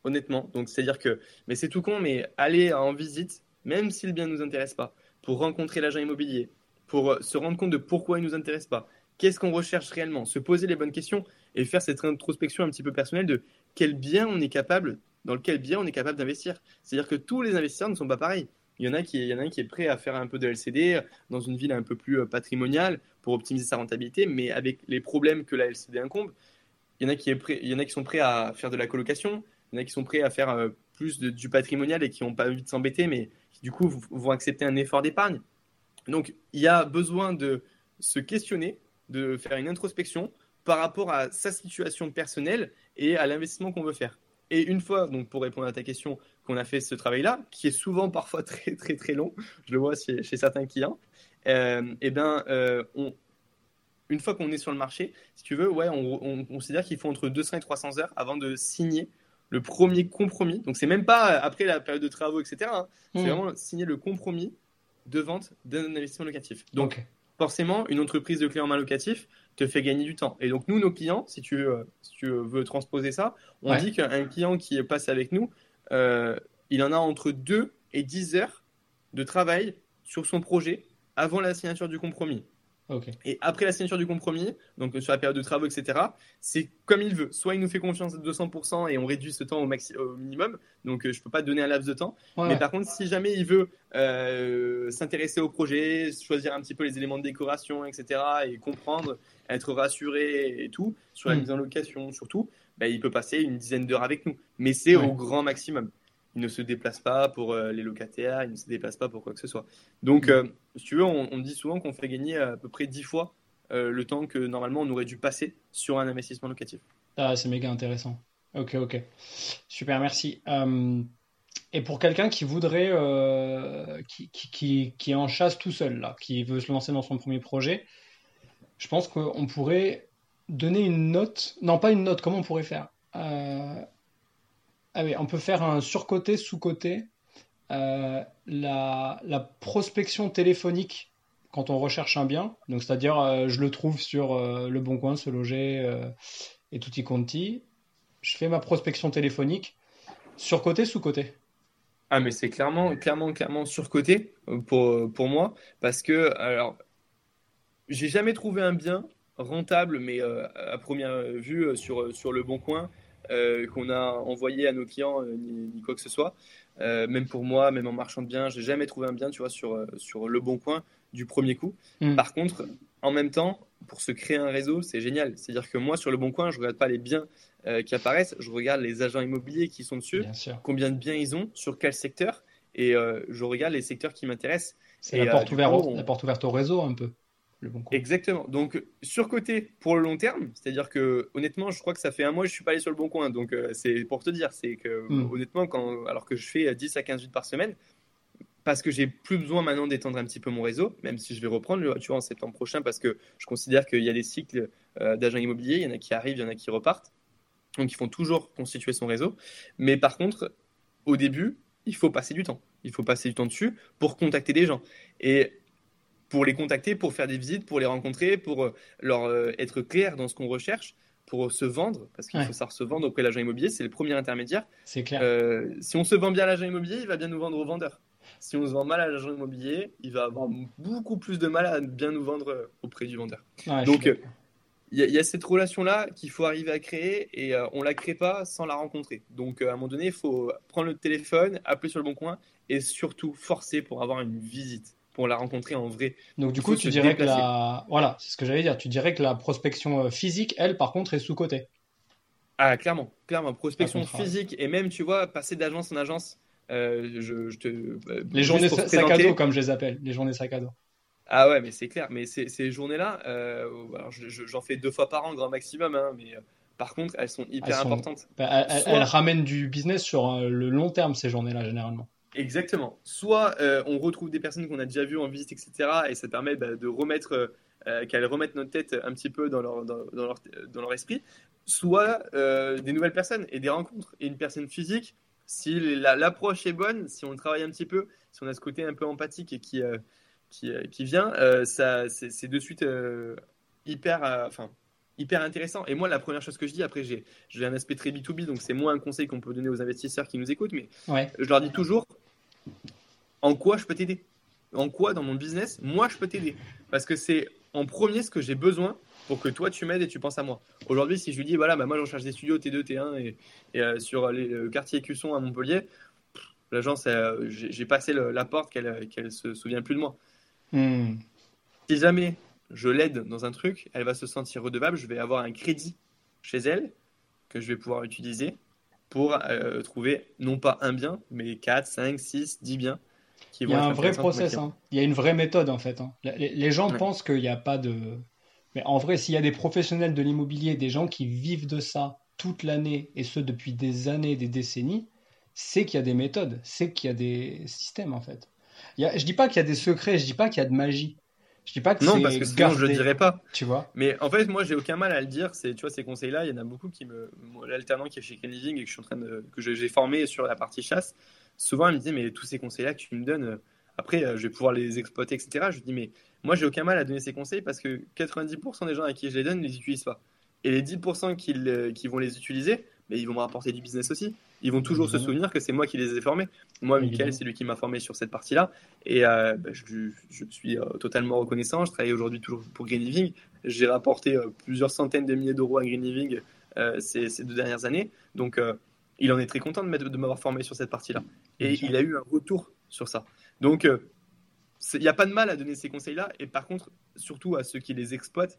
honnêtement. Donc, c'est-à-dire que, mais c'est tout con, mais aller en visite, même si le bien ne nous intéresse pas, pour rencontrer l'agent immobilier, pour se rendre compte de pourquoi il ne nous intéresse pas, qu'est-ce qu'on recherche réellement, se poser les bonnes questions et faire cette introspection un petit peu personnelle de quel bien on est capable, dans lequel bien on est capable d'investir. C'est-à-dire que tous les investisseurs ne sont pas pareils. Il y en a qui, il y en a un qui est prêt à faire un peu de L C D dans une ville un peu plus patrimoniale pour optimiser sa rentabilité, mais avec les problèmes que la L C D incombe. Il y en a qui, est prêt, il y en a qui sont prêts à faire de la colocation, il y en a qui sont prêts à faire euh, plus de, du patrimonial et qui n'ont pas envie de s'embêter, mais qui du coup vont accepter un effort d'épargne. Donc, il y a besoin de se questionner, de faire une introspection par rapport à sa situation personnelle et à l'investissement qu'on veut faire. Et une fois, donc pour répondre à ta question, qu'on a fait ce travail-là, qui est souvent parfois très très très long, je le vois chez, chez certains clients, euh, et ben, euh, on, une fois qu'on est sur le marché, si tu veux, ouais, on, on considère qu'il faut entre deux cents et trois cents heures avant de signer le premier compromis. Donc, c'est même pas après la période de travaux, et cetera. Hein. Mmh. C'est vraiment signer le compromis de vente d'un investissement locatif. Donc, okay. Forcément, une entreprise de clé en main locatif te fait gagner du temps. Et donc, nous, nos clients, si tu, euh, si tu veux transposer ça, on ouais. dit qu'un client qui passe avec nous, euh, il en a entre deux et dix heures de travail sur son projet avant la signature du compromis.
Okay.
Et après la signature du compromis, donc sur la période de travaux, et cetera, c'est comme il veut. Soit il nous fait confiance à deux cents pour cent et on réduit ce temps au, maxi- au minimum, donc euh, je ne peux pas te donner un laps de temps. Ouais, mais ouais. Par contre, si jamais il veut euh, s'intéresser au projet, choisir un petit peu les éléments de décoration, et cetera, et comprendre, être rassuré et tout, sur la mmh. mise en location surtout, bah, il peut passer une dizaine d'heures avec nous. Mais c'est ouais. au grand maximum. Il ne se déplace pas pour euh, les locataires, il ne se déplace pas pour quoi que ce soit. Donc, mmh. euh, si tu veux, on, on dit souvent qu'on fait gagner à peu près dix fois euh, le temps que normalement on aurait dû passer sur un investissement locatif.
Ah, c'est méga intéressant. Ok, ok. Super, merci. Euh, et pour quelqu'un qui voudrait, euh, qui, qui, qui, qui est en chasse tout seul, là, qui veut se lancer dans son premier projet, je pense qu'on pourrait donner une note. Non, pas une note, comment on pourrait faire euh, Ah oui, on peut faire un surcoté, sous-coté. Euh, la, la prospection téléphonique quand on recherche un bien, donc c'est-à-dire euh, je le trouve sur euh, Le Bon Coin, Se Loger euh, et Tutti Quanti. Je fais ma prospection téléphonique. Surcoté, sous-coté.
Ah mais c'est clairement, clairement, clairement surcoté pour pour moi parce que alors j'ai jamais trouvé un bien rentable, mais euh, à première vue sur sur Le Bon Coin. Euh, qu'on a envoyé à nos clients euh, ni, ni quoi que ce soit, euh, même pour moi, même en marchand de biens, j'ai jamais trouvé un bien, tu vois, sur, euh, sur Le Bon Coin du premier coup. Mmh. Par contre, en même temps, pour se créer un réseau, c'est génial. C'est-à-dire que moi, sur Le Bon Coin, je regarde pas les biens euh, qui apparaissent, je regarde les agents immobiliers qui sont dessus, combien de biens ils ont, sur quel secteur, et euh, je regarde les secteurs qui m'intéressent.
C'est et, la, porte euh, ouverte, coup, on... la porte ouverte au réseau un peu. Le Bon Coin.
Exactement. Donc, surcoté pour le long terme, c'est-à-dire que honnêtement, je crois que ça fait un mois que je suis pas allé sur Le Bon Coin. Donc, euh, c'est pour te dire, c'est que mm. honnêtement, quand, alors que je fais dix à quinze visites par semaine, parce que j'ai plus besoin maintenant d'étendre un petit peu mon réseau, même si je vais reprendre, tu vois, en septembre prochain, parce que je considère qu'il y a des cycles euh, d'agents immobiliers, il y en a qui arrivent, il y en a qui repartent. Donc, il faut toujours constituer son réseau. Mais par contre, au début, il faut passer du temps. Il faut passer du temps dessus pour contacter des gens. Et pour les contacter, pour faire des visites, pour les rencontrer, pour leur euh, être clair dans ce qu'on recherche, pour se vendre, parce qu'il ouais. faut savoir se vendre auprès de l'agent immobilier, c'est le premier intermédiaire.
C'est clair.
Euh, si on se vend bien à l'agent immobilier, il va bien nous vendre au vendeur. Si on se vend mal à l'agent immobilier, il va avoir beaucoup plus de mal à bien nous vendre auprès du vendeur.
Ouais,
Donc, il euh, y, y a cette relation-là qu'il faut arriver à créer et euh, on ne la crée pas sans la rencontrer. Donc, euh, à un moment donné, il faut prendre le téléphone, appeler sur Le Bon Coin et surtout forcer pour avoir une visite, pour la rencontrer en vrai.
Donc du coup, tu dirais déplacer. que la... Voilà, c'est ce que j'allais dire. Tu dirais que la prospection physique, elle, par contre, est sous-cotée.
Ah, clairement. Clairement. Prospection physique et même, tu vois, passer d'agence en agence. Euh, je, je te, euh,
les journées sac présenter... à dos, comme je les appelle. Les journées sac à dos.
Ah ouais, mais c'est clair. Mais ces, ces journées-là, euh, alors je, je, j'en fais deux fois par an, grand maximum. Hein, mais euh, par contre, elles sont hyper elles sont... importantes.
Bah, elles, Soit... elles ramènent du business sur euh, le long terme, ces journées-là, généralement.
Exactement. Soit euh, on retrouve des personnes qu'on a déjà vues en visite, et cetera. Et ça permet bah, de remettre, euh, qu'elles remettent notre tête un petit peu dans leur, dans, dans leur, dans leur esprit. Soit euh, des nouvelles personnes et des rencontres. Et une personne physique, si la, l'approche est bonne, si on travaille un petit peu, si on a ce côté un peu empathique et qui, euh, qui, euh, qui vient, euh, ça, c'est, c'est de suite euh, hyper... Enfin, hyper intéressant. Et moi, la première chose que je dis, après, j'ai, j'ai un aspect très B deux B, donc c'est moins un conseil qu'on peut donner aux investisseurs qui nous écoutent, mais
Ouais.
je leur dis toujours en quoi je peux t'aider. En quoi, dans mon business, moi, je peux t'aider. Parce que c'est en premier ce que j'ai besoin pour que toi, tu m'aides et tu penses à moi. Aujourd'hui, si je lui dis, voilà, bah, moi, j'en cherche des studios T deux, T un et, et euh, sur les, le quartier Écusson à Montpellier, pff, l'agence, euh, j'ai, j'ai passé le- la porte qu'elle qu'elle se souvient plus de moi.
Hmm.
Si jamais je l'aide dans un truc, elle va se sentir redevable. Je vais avoir un crédit chez elle que je vais pouvoir utiliser pour euh, trouver non pas un bien, mais quatre, cinq, six, dix biens qui
Il y
vont
a
être
un vrai
intéressants pour mes
process,
clients.
hein. Il y a une vraie méthode en fait, hein. Les, les gens
Ouais.
pensent qu'il n'y a pas de. Mais en vrai, s'il y a des professionnels de l'immobilier, des gens qui vivent de ça toute l'année, et ce depuis des années, des décennies, c'est qu'il y a des méthodes, c'est qu'il y a des systèmes en fait. Il y a... Je dis pas qu'il y a des secrets, je dis pas qu'il y a de magie. Je dis pas que
Non, parce
c'est
que sinon je le
gardé,
dirais pas.
tu vois.
Mais en fait, moi, j'ai aucun mal à le dire. C'est, tu vois, ces conseils-là, il y en a beaucoup qui me. Moi, l'alternant qui est chez Green Living et que je suis en train de, que je- j'ai formé sur la partie chasse, souvent il me dit, mais tous ces conseils-là que tu me donnes, euh, après, euh, je vais pouvoir les exploiter, et cetera. Je lui dis, mais moi, j'ai aucun mal à donner ces conseils parce que quatre-vingt-dix pour cent des gens à qui je les donne ne les utilisent pas. Et les dix pour cent qui, le- qui vont les utiliser, mais ils vont me rapporter du business aussi. Ils vont toujours se
Évidemment,
souvenir que c'est moi qui les ai formés. Moi, Michael,
évidemment.
c'est lui qui m'a formé sur cette partie-là. Et euh, bah, je, je suis euh, totalement reconnaissant. Je travaille aujourd'hui toujours pour Green Living. J'ai rapporté euh, plusieurs centaines de milliers d'euros à Green Living euh, ces, ces deux dernières années. Donc, euh, il en est très content de, m'être- de m'avoir formé sur cette partie-là.
Bien
Et
sûr.
il a eu un retour sur ça. Donc, euh, c'est- il n'y a pas de mal à donner ces conseils-là. Et par contre, surtout à ceux qui les exploitent,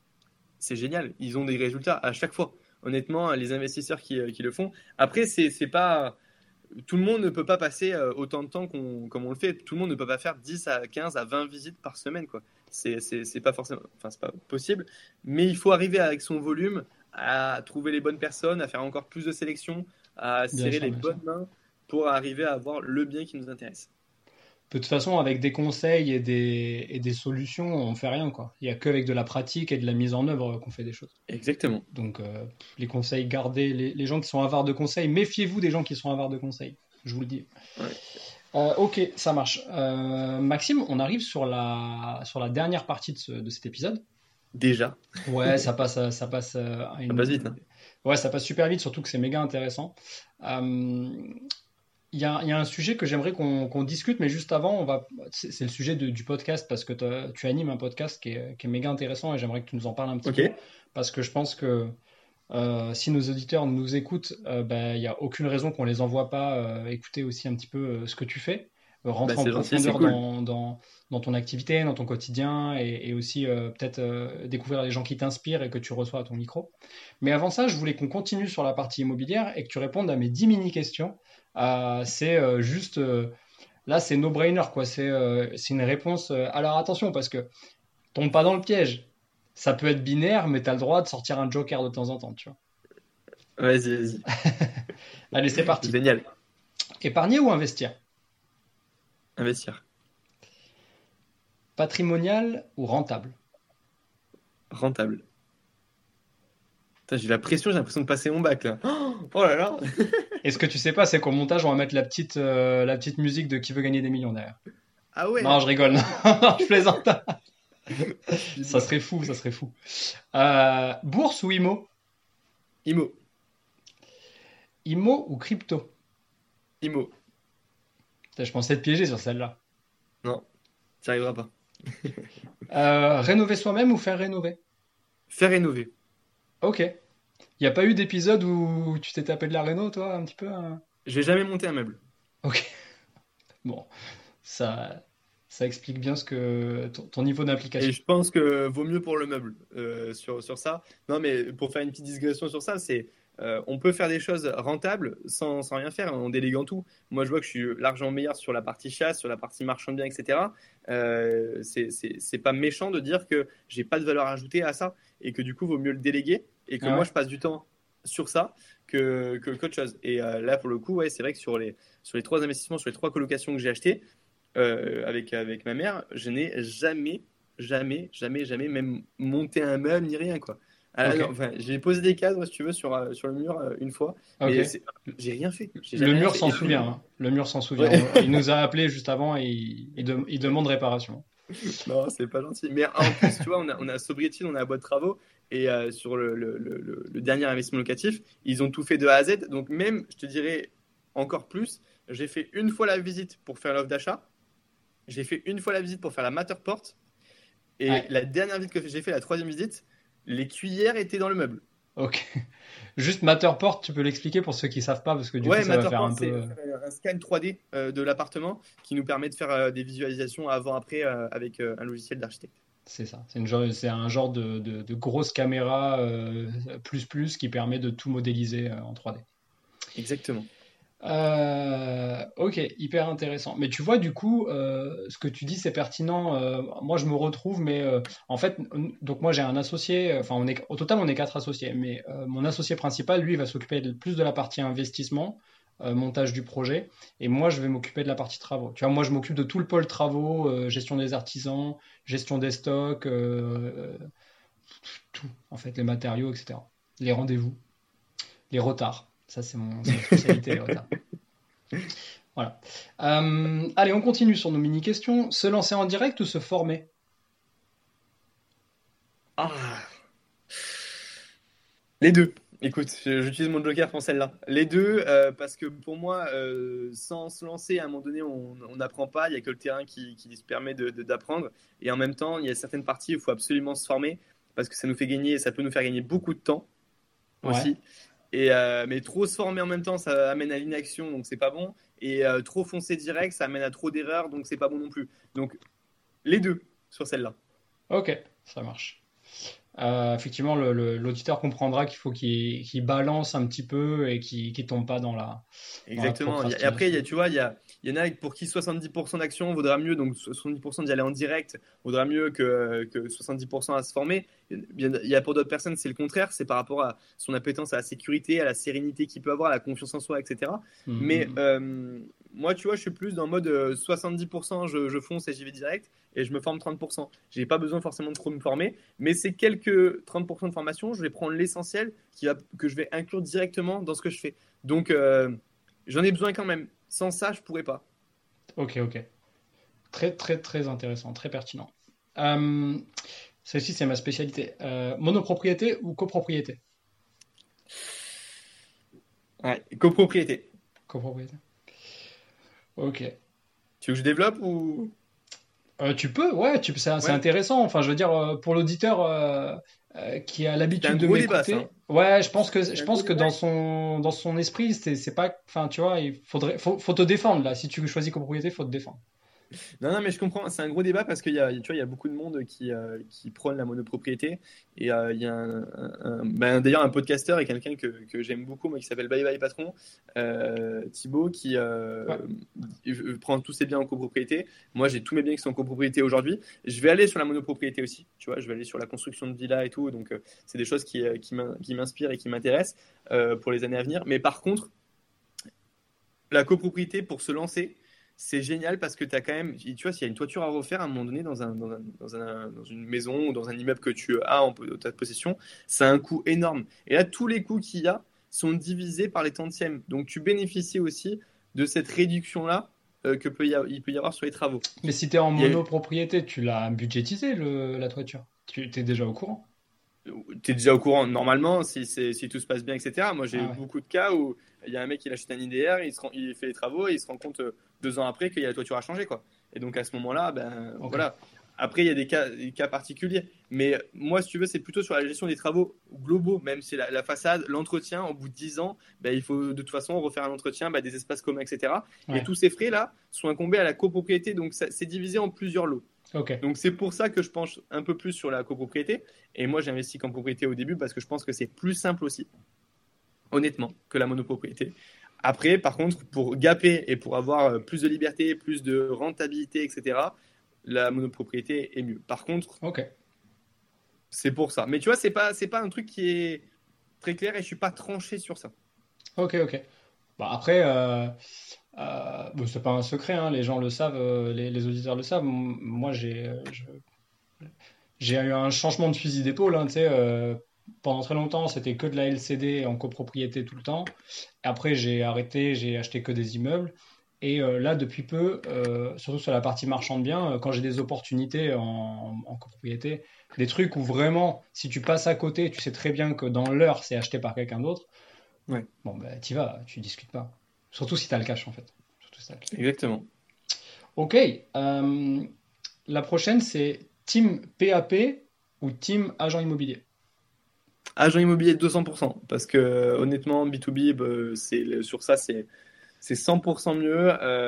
c'est génial. Ils ont des résultats à chaque fois. Honnêtement, les investisseurs qui, euh, qui le font. Après, c'est c'est pas. Tout le monde ne peut pas passer euh, autant de temps qu'on, comme on le fait. Tout le monde ne peut pas faire dix à quinze à vingt visites par semaine, quoi. C'est, c'est, c'est pas forcément, enfin, c'est pas possible. Mais il faut arriver avec son volume à trouver les bonnes personnes, à faire encore plus de sélection, à
Bien
serrer
sûr,
les
bien sûr.
bonnes mains pour arriver à avoir le bien qui nous intéresse.
De toute façon, avec des conseils et des, et des solutions, on fait rien, quoi. Il y a qu'avec de la pratique et de la mise en œuvre qu'on fait des choses.
Exactement.
Donc, euh, les conseils, gardez les, les gens qui sont avares de conseils. Méfiez-vous des gens qui sont avares de conseils. Je vous le dis.
Ouais.
Euh, ok, ça marche. Euh, Maxime, on arrive sur la, sur la dernière partie de, ce- de cet épisode.
Déjà,
Ouais, ça passe, à- ça passe euh, à
ça
une.
passe vite, hein.
Ouais, ça passe super vite, surtout que c'est méga intéressant. Euh, Il y a, il y a un sujet que j'aimerais qu'on qu'on discute, mais juste avant, on va. C'est c'est le sujet de- du podcast parce que t'as- tu animes un podcast qui est, qui est méga intéressant et j'aimerais que tu nous en parles un petit
Ok.
peu parce que je pense que euh, si nos auditeurs nous écoutent, euh, ben, il n'y a aucune raison qu'on les envoie pas euh, écouter aussi un petit peu euh, ce que tu fais, euh,
Bah,
rentrer en
c'est gentil, c'est
profondeur
cool.
dans, dans, dans ton activité, dans ton quotidien et, et aussi euh, peut-être euh, découvrir les gens qui t'inspirent et que tu reçois à ton micro. Mais avant ça, je voulais qu'on continue sur la partie immobilière et que tu répondes à mes dix mini-questions. Euh, c'est euh, juste, euh, là, c'est no-brainer, quoi. C'est euh, c'est une réponse. euh, Alors attention, parce que tombe pas dans le piège. Ça peut être binaire, mais tu as le droit de sortir un joker de temps en temps, tu vois.
Vas-y, vas-y.
Allez, c'est parti.
Génial.
Épargner ou investir?
Investir.
Patrimonial ou rentable?
Rentable. Putain, j'ai la pression, j'ai l'impression de passer mon bac là. Oh là là.
Et ce que tu sais pas, c'est qu'au montage, on va mettre la petite, euh, la petite musique de Qui veut gagner des millions derrière.
Ah ouais.
Non, je rigole. Non, je plaisante. Ça
Dis-moi.
serait fou, ça serait fou. Euh, bourse ou IMO?
Imo.
IMO ou crypto?
Imo.
Putain, je pensais te piéger sur celle-là.
Non, ça arrivera pas.
Euh, rénover soi-même ou faire rénover?
Faire rénover.
Ok. Il n'y a pas eu d'épisode où tu t'es tapé de la réno, toi, un petit peu, hein?
Je vais jamais monter un meuble.
Ok. Bon, ça, ça explique bien ce que ton, ton niveau
Et
d'implication.
je pense que vaut mieux pour le meuble euh, sur, sur ça. Non, mais pour faire une petite digression sur ça, c'est euh, on peut faire des choses rentables sans, sans rien faire en déléguant tout. Moi, je vois que je suis largement meilleur sur la partie chasse, sur la partie marchand de biens, et cetera. Euh, c'est c'est- c'est pas méchant de dire que j'ai pas de valeur ajoutée à ça et que du coup, vaut mieux le déléguer et que
Ah
moi,
ouais?
je passe du temps sur ça que, que, qu'autre chose. Et euh, là, pour le coup, ouais, c'est vrai que sur les, sur les trois investissements, sur les trois colocations que j'ai achetées, euh, avec, avec ma mère, je n'ai jamais, jamais, jamais, jamais même monté un meuble ni rien, quoi. Ah,
Ok.
non, enfin, j'ai posé des cadres, si tu veux, sur, euh, sur le mur euh, une fois, mais
Ok.
c'est- j'ai rien fait. J'ai
Le
jamais rien
mur
fait.
s'en
Et puis,
souvient, hein. Le mur s'en souvient.
ouais.
On- il nous a appelé juste avant et il, il de- il demande réparation.
Non, c'est pas gentil. Mais en plus, tu vois, on a, on a Sobriety, on a la boîte de travaux. Et euh, sur le, le, le, le dernier investissement locatif, ils ont tout fait de A à Z. Donc même, je te dirais encore plus, j'ai fait une fois la visite pour faire l'offre d'achat. J'ai fait une fois la visite pour faire la Matterport. Et
Ouais.
la dernière visite que j'ai fait, la troisième visite, les cuillères étaient dans le meuble.
Ok. Juste Matterport, tu peux l'expliquer pour ceux qui savent pas, parce que du coup,
Ouais,
ça va faire
Matterport,
un
c'est
peu.
un scan trois D euh, de l'appartement qui nous permet de faire euh, des visualisations avant-après euh, avec euh, un logiciel d'architecte.
C'est ça. C'est une genre- c'est un genre de, de- de grosse caméra euh, plus plus qui permet de tout modéliser euh, en trois D.
Exactement.
Euh, ok, hyper intéressant. Mais tu vois, du coup, euh, ce que tu dis, c'est pertinent. Euh, moi, je me retrouve, mais euh, en fait, n- donc moi, j'ai un associé. Enfin, on est, au total, on est quatre associés. Mais euh, mon associé principal, lui, va s'occuper de- plus de la partie investissement, euh, montage du projet. Et moi, je vais m'occuper de la partie travaux. Tu vois, moi, je m'occupe de tout le pôle travaux, euh, gestion des artisans, gestion des stocks, euh, tout, en fait, les matériaux, et cetera. Les rendez-vous, les retards. Ça, c'est mon, c'est ma spécialité, les retards. Voilà. Euh, allez, on continue sur nos mini-questions. Se lancer en direct ou se former?
Ah, les deux. Écoute, je- j'utilise mon joker pour celle-là. Les deux, euh, parce que pour moi, euh, sans se lancer, à un moment donné, on on n'apprend pas. Il n'y a que le terrain qui, qui se permet de, de- d'apprendre. Et en même temps, il y a certaines parties où il faut absolument se former parce que ça nous fait gagner, ça peut nous faire gagner beaucoup de temps
Ouais.
aussi. Et, euh, mais trop se former en même temps, ça amène à l'inaction, donc c'est pas bon. Et euh, trop foncer direct, ça amène à trop d'erreurs, donc c'est pas bon non plus. Donc les deux sur celle-là.
Ok, ça marche. Euh, effectivement, le- le- l'auditeur comprendra qu'il faut qu'il qu'il balance un petit peu et qu'il qu'il tombe pas dans la, dans la
Exactement. Et après, il y
procrastination.
a, tu vois, il y, a, il y en a pour qui soixante-dix pour cent d'action vaudra mieux, donc soixante-dix pour cent d'y aller en direct vaudra mieux que, que soixante-dix pour cent à se former. Il y a pour d'autres personnes, c'est le contraire, c'est par rapport à son appétence à la sécurité, à la sérénité qu'il peut avoir, à la confiance en soi, et cetera.
Hum, hum,
Mais
hum.
euh, moi, tu vois, je suis plus dans le mode euh, soixante-dix pour cent je, je fonce et j'y vais direct et je me forme trente pour cent. J'ai pas besoin forcément de trop me former, mais ces quelques trente pour cent de formation, je vais prendre l'essentiel qui va, que je vais inclure directement dans ce que je fais. Donc, euh, j'en ai besoin quand même. Sans ça, je pourrais pas.
Ok, ok. Très, très, très intéressant, très pertinent. Euh, Celle-ci, c'est ma spécialité. Euh, monopropriété ou copropriété?
Ouais. Copropriété.
Copropriété. Ok.
Tu veux que je développe ou
Euh, tu peux, ouais, tu, c'est, c'est
ouais?
intéressant. Enfin, je veux dire, euh, pour l'auditeur euh, euh, qui a
C'était un
l'habitude de
gros débat, ça,
m'écouter,
hein.
ouais, je pense que
C'est
je
un gros
pense que
débat.
dans son dans son esprit, c'est c'est pas, enfin, tu vois, il faudrait, faut, faut te défendre là. Si tu choisis copropriété, faut te défendre.
Non, non, mais je comprends. C'est un gros débat parce qu'il y a, tu vois, il y a beaucoup de monde qui, euh, qui prône la monopropriété. Et euh, il y a un, un- un- ben, d'ailleurs un podcasteur et quelqu'un que, que j'aime beaucoup, moi, qui s'appelle Bye Bye Patron, euh, Thibaut, qui euh,
Ouais,
il prend tous ses biens en copropriété. Moi, j'ai tous mes biens qui sont en copropriété aujourd'hui. Je vais aller sur la monopropriété aussi. Tu vois, je vais aller sur la construction de villas et tout. Donc, euh, c'est des choses qui, euh, qui m'in- qui m'inspirent et qui m'intéressent euh, pour les années à venir. Mais par contre, la copropriété pour se lancer, c'est génial parce que tu as quand même, tu vois, s'il y a une toiture à refaire à un moment donné dans, un, dans, un- dans un- dans une maison ou dans un immeuble que tu as en po- ta possession, ça a un coût énorme. Et là, tous les coûts qu'il y a sont divisés par les tantièmes. Donc, tu bénéficies aussi de cette réduction-là euh, que peut y a- il peut y avoir sur les travaux.
mais si t'es en
Il y a-
monopropriété, tu l'as budgétisé le, la toiture. Tu t'es déjà au courant.
tu es déjà au courant normalement si, c'est- si tout se passe bien, et cetera. Moi, j'ai eu
Ah ouais.
beaucoup de cas où il y a un mec qui achète un I D R, il, se rend- il fait les travaux et il se rend compte euh, deux ans après qu'il y a la toiture à changer, quoi. Et donc à ce moment-là, ben
Ok.
voilà. Après, il y a des cas, des cas particuliers. Mais moi, si tu veux, c'est plutôt sur la gestion des travaux globaux, même si la, la façade, l'entretien, au bout de dix ans, ben, il faut de toute façon refaire un entretien, ben, des espaces communs, et cetera. Et
Ouais.
tous ces frais-là sont incombés à la copropriété, donc ça- c'est divisé en plusieurs lots.
Ok.
Donc c'est pour ça que je penche un peu plus sur la copropriété. Et moi, j'ai investi qu'en propriété au début parce que je pense que c'est plus simple aussi, honnêtement, que la monopropriété. Après, par contre, pour gaper et pour avoir euh, plus de liberté, plus de rentabilité, et cetera, la monopropriété est mieux. Par contre,
Ok.
c'est pour ça. Mais tu vois, c'est pas, c'est pas un truc qui est très clair et je suis pas tranché sur ça.
Ok. Ok. Bah après, euh, euh, bon, c'est pas un secret, hein, les gens le savent, euh, les, les auditeurs le savent. M- Moi, j'ai, euh, je- j'ai eu un changement de fusil d'épaule, hein, tu sais, euh, pendant très longtemps, c'était que de la L C D en copropriété tout le temps. Après, j'ai arrêté, j'ai acheté que des immeubles. Et euh, là, depuis peu, euh, surtout sur la partie marchand de biens, euh, quand j'ai des opportunités en, en copropriété, des trucs où vraiment, si tu passes à côté, tu sais très bien que dans l'heure, c'est acheté par quelqu'un d'autre,
Ouais,
bon, bah, t'y vas, tu discutes pas. Surtout si t'as le cash, en fait. Surtout si t'as le cash.
exactement.
Ok, euh, la prochaine, c'est team P A P ou team agent immobilier.
Agent immobilier deux cents pour cent, parce que honnêtement, B deux B, bah, c'est, sur ça, c'est, c'est cent pour cent mieux.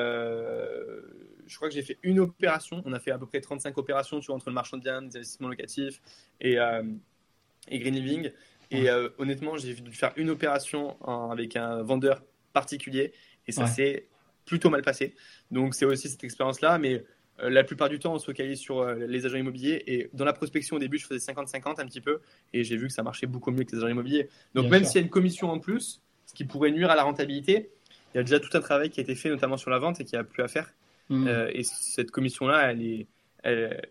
Euh, je crois que j'ai fait une opération. On a fait à peu près trente-cinq opérations, tu vois, entre le marchand de biens, les investissements locatifs et, euh, et Green Living.
Ouais,
Et euh, honnêtement, j'ai dû faire une opération en- avec un vendeur particulier et ça
ouais,
s'est plutôt mal passé. Donc c'est aussi cette expérience-là, mais euh, la plupart du temps, on se focalise sur euh, les agents immobiliers. Et dans la prospection, au début, je faisais cinquante cinquante un petit peu et j'ai vu que ça marchait beaucoup mieux que les agents immobiliers. Donc
bien
même
sûr.
s'il y a une commission en plus, ce qui pourrait nuire à la rentabilité, il y a déjà tout un travail qui a été fait, notamment sur la vente, et qui a plus à faire.
Hmm.
Euh, et cette commission-là, elle, est, elle,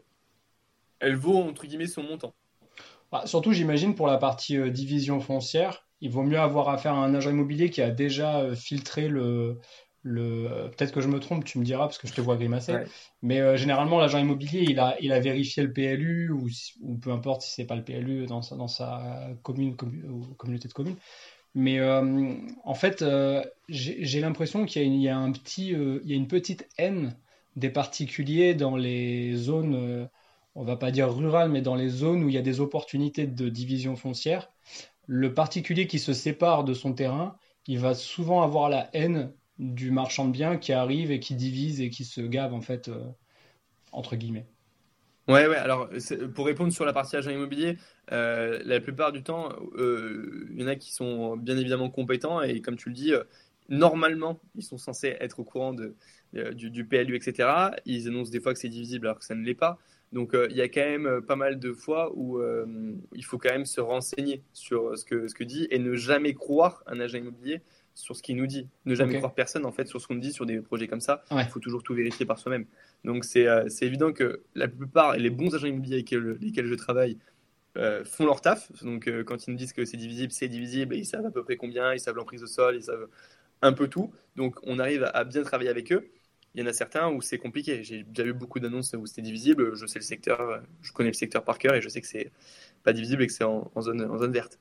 elle vaut, entre guillemets, son montant.
Bah, surtout, j'imagine, pour la partie euh, division foncière, il vaut mieux avoir affaire à un agent immobilier qui a déjà euh, filtré le, le... euh, Peut-être que je me trompe, tu me diras, parce que je te vois grimacer.
Ouais.
Mais euh, généralement, l'agent immobilier, il a, il a vérifié le P L U, ou, si- ou peu importe si c'est pas le P L U dans sa, dans sa commune, commu- ou communauté de communes. Mais euh, en fait, euh, j'ai j'ai l'impression qu'il y a, une- il y a un petit, euh, il y a une petite haine des particuliers dans les zones, euh, on va pas dire rurales, mais dans les zones où il y a des opportunités de division foncière. Le particulier qui se sépare de son terrain, il va souvent avoir la haine du marchand de biens qui arrive et qui divise et qui se gave en fait, euh, entre guillemets.
Ouais, ouais. Alors, c'est- pour répondre sur la partie agent immobilier, euh, la plupart du temps, euh, il y en a qui sont bien évidemment compétents et comme tu le dis, euh, normalement, ils sont censés être au courant de, euh, du, du P L U, et cetera. Ils annoncent des fois que c'est divisible alors que ça ne l'est pas. Donc, euh, il y a quand même euh, pas mal de fois où euh, il faut quand même se renseigner sur ce que, ce que dit et ne jamais croire un agent immobilier sur ce qu'il nous dit. Ne
Ok.
jamais croire personne en fait sur ce qu'on nous dit sur des projets comme ça. Il
Ouais.
faut toujours tout vérifier par soi-même. Donc c'est euh, c'est évident que la plupart, et les bons agents immobiliers avec lesquels, lesquels je travaille, euh, font leur taf. Donc euh, quand ils nous disent que c'est divisible, c'est divisible, et ils savent à peu près combien, ils savent l'emprise au sol, ils savent un peu tout. Donc on arrive à bien travailler avec eux. Il y en a certains où c'est compliqué. J'ai déjà eu beaucoup d'annonces où c'était divisible. Je sais le secteur, je connais le secteur par cœur et je sais que c'est pas divisible et que c'est en, en zone, en zone verte.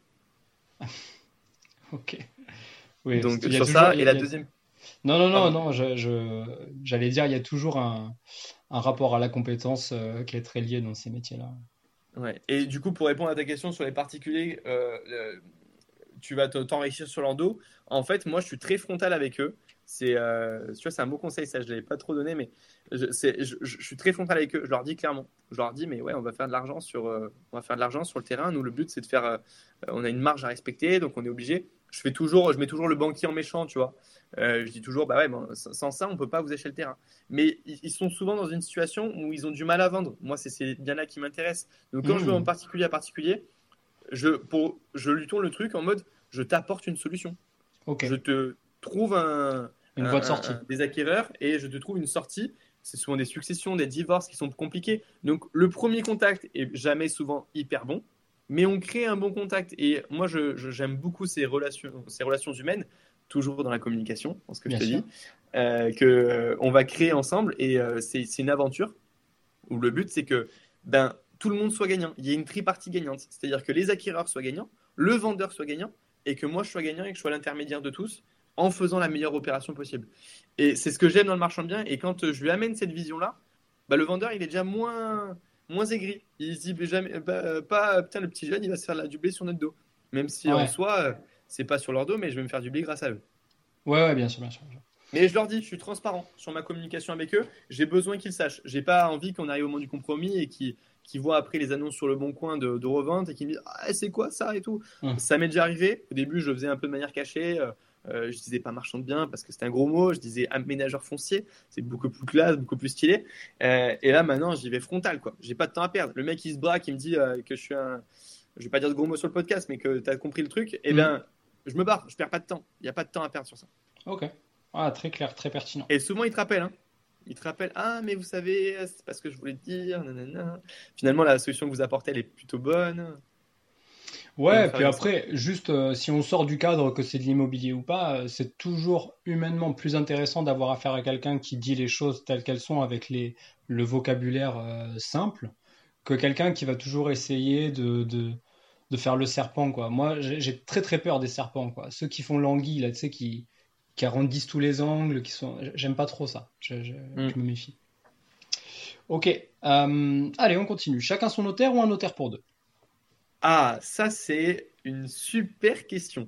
Ok. Oui,
Donc
il y a
sur
toujours,
ça,
il y
et
a- il
la
y a-
deuxième,
Non, non, non,
pardon.
non, je, je- j'allais dire, il y a toujours un, un rapport à la compétence euh, qui est très lié dans ces métiers-là.
Ouais. Et du coup, pour répondre à ta question sur les particuliers, euh, euh, tu vas te- t'enrichir sur leur dos. En fait, moi, je suis très frontal avec eux. C'est, euh, tu vois, c'est un bon conseil, ça, je ne l'avais pas trop donné, mais je, c'est- je- je- je suis très frontal avec eux. Je leur dis clairement. Je leur dis, mais ouais, on va faire de l'argent sur, euh, on va faire de l'argent sur le terrain. Nous, le but, c'est de faire, euh, on a une marge à respecter, donc on est obligé. Je fais toujours, je mets toujours le banquier en méchant, tu vois. Euh, je dis toujours, bah ouais, bon, sans sans ça, on peut pas vous acheter le terrain. Mais ils, ils sont souvent dans une situation où ils ont du mal à vendre. Moi, c'est ces biens-là qui m'intéressent. Donc, quand je vais en
Hmm,
particulier à particulier, je, pour, je lui tourne le truc en mode je t'apporte une solution.
ok,
Je te trouve un,
une
un-
voie de
un-
sortie.
un- des acquéreurs et je te trouve une sortie. C'est souvent des successions, des divorces qui sont compliqués. Donc le premier contact est jamais souvent hyper bon, mais on crée un bon contact. Et moi, je, je- j'aime beaucoup ces relations, ces relations humaines, toujours dans la communication, dans ce que je
Bien
te
sûr.
dis, euh, que euh, on va créer ensemble. Et euh, c'est, c'est une aventure où le but, c'est que ben, tout le monde soit gagnant. Il y ait une tripartie gagnante. C'est-à-dire que les acquéreurs soient gagnants, le vendeur soit gagnant, et que moi, je sois gagnant et que je sois l'intermédiaire de tous en faisant la meilleure opération possible. Et c'est ce que j'aime dans le marchand de biens. Et quand euh, je lui amène cette vision-là, bah, le vendeur, il est déjà moins, moins aigri. Il se dit bah, jamais, bah, pas, putain, le petit jeune, il va se faire la, du blé sur notre dos. Même si en
Ouais,
soi, euh, c'est pas sur leur dos, mais je vais me faire du blé grâce à eux.
ouais, ouais, bien sûr, bien sûr. bien sûr.
Mais je leur dis, je suis transparent sur ma communication avec eux. J'ai besoin qu'ils sachent. J'ai pas envie qu'on arrive au moment du compromis et qu'ils qu'ils voient après les annonces sur le bon coin de, de revente et qu'ils me disent ah, c'est quoi ça et tout.
Hmm.
Ça m'est déjà arrivé. Au début, je le faisais un peu de manière cachée. Euh, euh, je disais pas marchand de biens parce que c'était un gros mot. Je disais aménageur foncier. C'est beaucoup plus classe, beaucoup plus stylé. Euh, et là, maintenant, j'y vais frontal. Quoi. J'ai pas de temps à perdre. Le mec, il se braque, il me dit euh, que je suis un. Je vais pas dire de gros mots sur le podcast, mais que tu as compris le truc. Eh
Hmm.
bien, je me barre. Je perds pas de temps. Il n'y a pas de temps à perdre sur ça.
Ok. Ah, très clair, très pertinent.
Et souvent, ils te rappellent. Hein. Ils te rappellent, ah, mais vous savez, c'est pas ce que je voulais te dire. Nanana. Finalement, la solution que vous apportez, elle est plutôt bonne.
Ouais, puis après, juste euh, si on sort du cadre que c'est de l'immobilier ou pas, euh, c'est toujours humainement plus intéressant d'avoir affaire à quelqu'un qui dit les choses telles qu'elles sont avec les, le vocabulaire euh, simple que quelqu'un qui va toujours essayer de, de, de faire le serpent, quoi. Moi, j'ai j'ai très très peur des serpents, quoi. Ceux qui font l'anguille, là, tu sais, qui, qui arrondissent tous les angles, qui sont... J'aime pas trop ça. Je, je,
Mm.
je me méfie. Ok. Euh, allez, on continue. Chacun son notaire ou un notaire pour deux?
Ah, ça, c'est une super question.